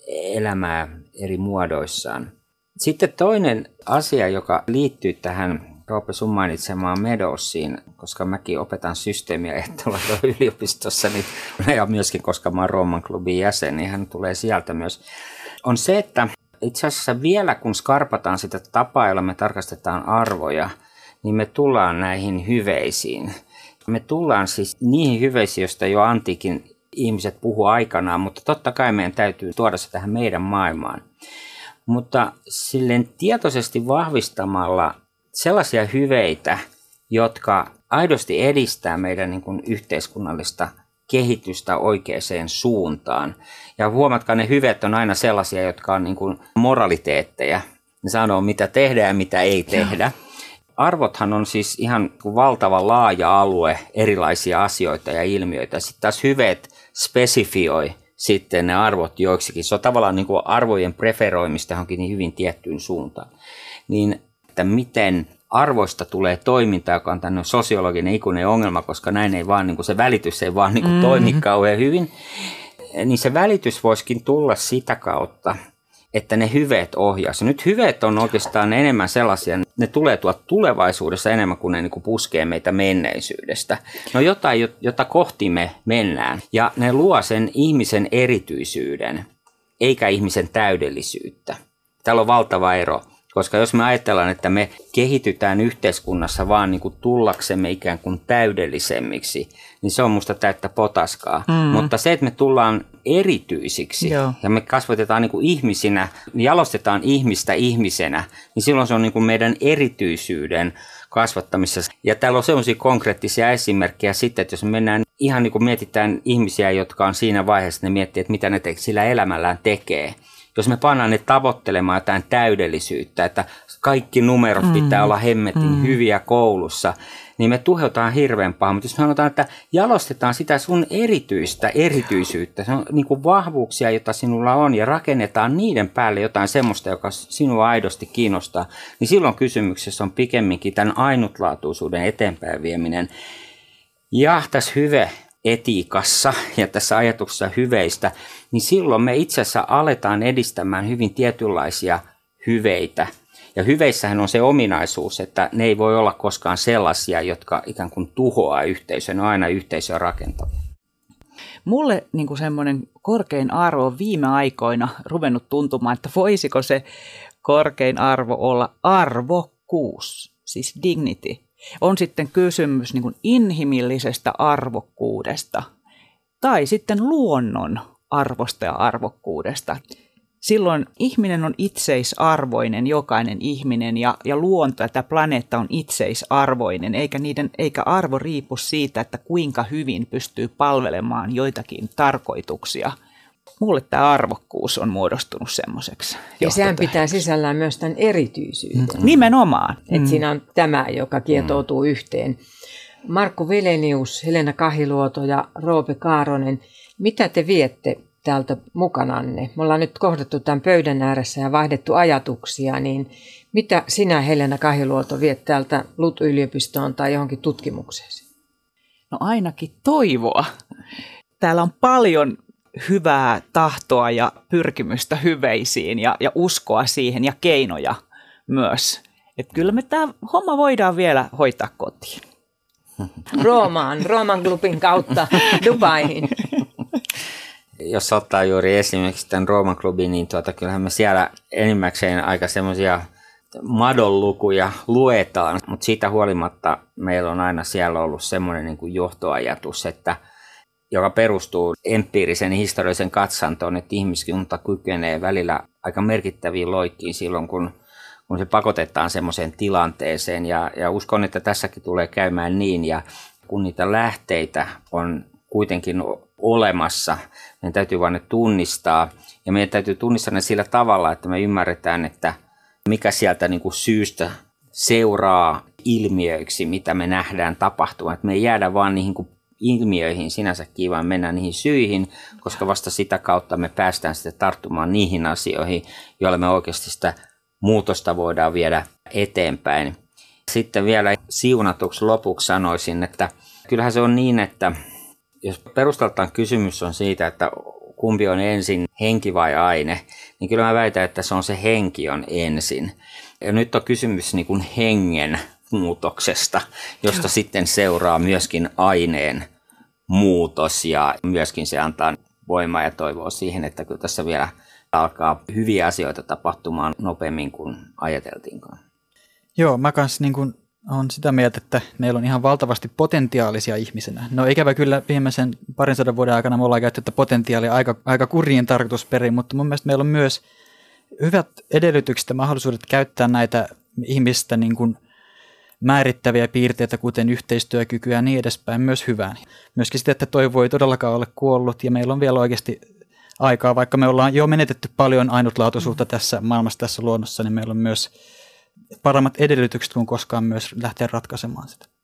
elämää eri muodoissaan. Sitten toinen asia, joka liittyy tähän Roope sun mainitsemaan Meadowsiin, koska mäkin opetan systeemiä ehtoilla yliopistossa, niin, ja myöskin koska mä oon Rooman klubin jäsen, niin hän tulee sieltä myös, on se, että itse asiassa vielä kun skarpataan sitä tapaa, jolla me tarkastetaan arvoja, niin me tullaan näihin hyveisiin. Me tullaan siis niihin hyveisiin, joista jo antiikin ihmiset puhu aikanaan, mutta totta kai meidän täytyy tuoda se tähän meidän maailmaan. Mutta silleen tietoisesti vahvistamalla sellaisia hyveitä, jotka aidosti edistää meidän niin kuin yhteiskunnallista kehitystä oikeaan suuntaan. Ja huomatkaa, ne hyveet on aina sellaisia, jotka on niin kuin moraliteetteja. Ne sanoo, mitä tehdään ja mitä ei tehdä. Arvothan on siis ihan valtava laaja alue erilaisia asioita ja ilmiöitä. Sitten taas hyveet spesifioi sitten ne arvot joiksikin. Se on tavallaan niin kuin arvojen preferoimista johonkin niin hyvin tiettyyn suuntaan. Niin, että miten arvoista tulee toiminta, joka on tämmöinen sosiologinen ikuinen ongelma, koska näin ei vaan, niin kuin se välitys ei vaan niin kuin toimi kauhean hyvin. Niin se välitys voisikin tulla sitä kautta, että ne hyveet ohjaisivat. Nyt hyveet on oikeastaan enemmän sellaisia, ne tulee tuolla tulevaisuudessa enemmän kuin ne niin kuin puskee meitä menneisyydestä. No jotain, jota kohti me mennään. Ja ne luo sen ihmisen erityisyyden, eikä ihmisen täydellisyyttä. Täällä on valtava ero. Koska jos me ajatellaan, että me kehitytään yhteiskunnassa vaan niin kuin tullaksemme ikään kuin täydellisemmiksi, niin se on musta täyttä potaskaa. Mm. Mutta se, että me tullaan erityisiksi Joo. ja me kasvatetaan niin kuin ihmisinä, jalostetaan ihmistä ihmisenä, niin silloin se on niin kuin meidän erityisyyden kasvattamisessa. Ja täällä on sellaisia konkreettisia esimerkkejä sitten, että jos me mennään ihan niin kuin mietitään ihmisiä, jotka on siinä vaiheessa, että ne miettii, että mitä ne te- sillä elämällään tekee. Jos me pannaan ne tavoittelemaan jotain täydellisyyttä, että kaikki numerot mm. pitää olla hemmetin mm. hyviä koulussa, niin me tuheutaan hirveän pahaa. Mutta jos me sanotaan, että jalostetaan sitä sun erityistä erityisyyttä, se on niin kuin vahvuuksia, joita sinulla on, ja rakennetaan niiden päälle jotain semmoista, joka sinua aidosti kiinnostaa, niin silloin kysymyksessä on pikemminkin tämän ainutlaatuisuuden eteenpäin vieminen. Ja tässä hyve etiikassa ja tässä ajatuksessa hyveistä, niin silloin me itse asiassa aletaan edistämään hyvin tietynlaisia hyveitä. Ja hyveissähän on se ominaisuus, että ne ei voi olla koskaan sellaisia, jotka ikään kuin tuhoaa yhteisöä, ne on aina yhteisöä rakentavia. Mulle niin semmoinen korkein arvo on viime aikoina ruvennut tuntumaan, että voisiko se korkein arvo olla arvokkuus, siis dignity. On sitten kysymys niin kuin inhimillisestä arvokkuudesta tai sitten luonnon arvosta ja arvokkuudesta. Silloin ihminen on itseisarvoinen, jokainen ihminen, ja, ja luonto ja tämä planeetta on itseisarvoinen, eikä, niiden, eikä arvo riipu siitä, että kuinka hyvin pystyy palvelemaan joitakin tarkoituksia. Mulle tämä arvokkuus on muodostunut semmoiseksi. Ja sehän pitää sisällään myös tämän erityisyyden. Mm. Nimenomaan. Että mm. siinä on tämä, joka kietoutuu mm. yhteen. Markku Vilenius, Helena Kahiluoto ja Roope Kaaronen, mitä te viette täältä mukananne? Me ollaan nyt kohdattu tämän pöydän ääressä ja vaihdettu ajatuksia, niin mitä sinä, Helena Kahiluoto, viet täältä L U T-yliopistoon tai johonkin tutkimukseesi? No ainakin toivoa. Täällä on paljon hyvää tahtoa ja pyrkimystä hyveisiin ja, ja uskoa siihen ja keinoja myös. Että kyllä me tämä homma voidaan vielä hoitaa kotiin. Roomaan, Rooman klubin kautta Dubaihin. Jos ottaa juuri esimerkiksi tämän Rooman klubin, niin tuota, kyllähän me siellä enimmäkseen aika semmoisia madonlukuja luetaan, mutta siitä huolimatta meillä on aina siellä ollut semmoinen niin kuin johtoajatus, että joka perustuu empiirisen historiallisen katsantoon, että ihmiskunta kykenee välillä aika merkittäviin loikkiin silloin, kun, kun se pakotetaan semmoiseen tilanteeseen. Ja, ja uskon, että tässäkin tulee käymään niin, ja kun niitä lähteitä on kuitenkin olemassa, meidän täytyy vain ne tunnistaa, ja meidän täytyy tunnistaa ne sillä tavalla, että me ymmärretään, että mikä sieltä niin kuin syystä seuraa ilmiöiksi, mitä me nähdään tapahtumaan. Että me ei jäädä vaan niihin kuin ilmiöihin sinänsäkin, vaan mennään niihin syihin, koska vasta sitä kautta me päästään sitten tarttumaan niihin asioihin, joilla me oikeasti sitä muutosta voidaan viedä eteenpäin. Sitten vielä siunatuksi lopuksi sanoisin, että kyllähän se on niin, että jos perustaltaan kysymys on siitä, että kumpi on ensin, henki vai aine, niin kyllä mä väitän, että se on se henki on ensin. Ja nyt on kysymys niin kuin hengen muutoksesta, josta sitten seuraa myöskin aineen muutos, ja myöskin se antaa voimaa ja toivoa siihen, että kyllä tässä vielä alkaa hyviä asioita tapahtumaan nopeammin kuin ajateltiinkaan. Joo, mä kanssa niin kuin olen sitä mieltä, että meillä on ihan valtavasti potentiaalisia ihmisenä. No ikävä kyllä viimeisen parin sadan vuoden aikana me ollaan käytetty potentiaalia aika, aika kurjiin tarkoitusperiin, mutta mun mielestä meillä on myös hyvät edellytykset ja mahdollisuudet käyttää näitä ihmistä niin kuin määrittäviä piirteitä, kuten yhteistyökykyä ja niin edespäin, myös hyvään. Myöskin sitä, että toivo ei todellakaan ole kuollut ja meillä on vielä oikeasti aikaa, vaikka me ollaan jo menetetty paljon ainutlaatuisuutta tässä maailmassa, tässä luonnossa, niin meillä on myös paremmat edellytykset kuin koskaan myös lähteä ratkaisemaan sitä.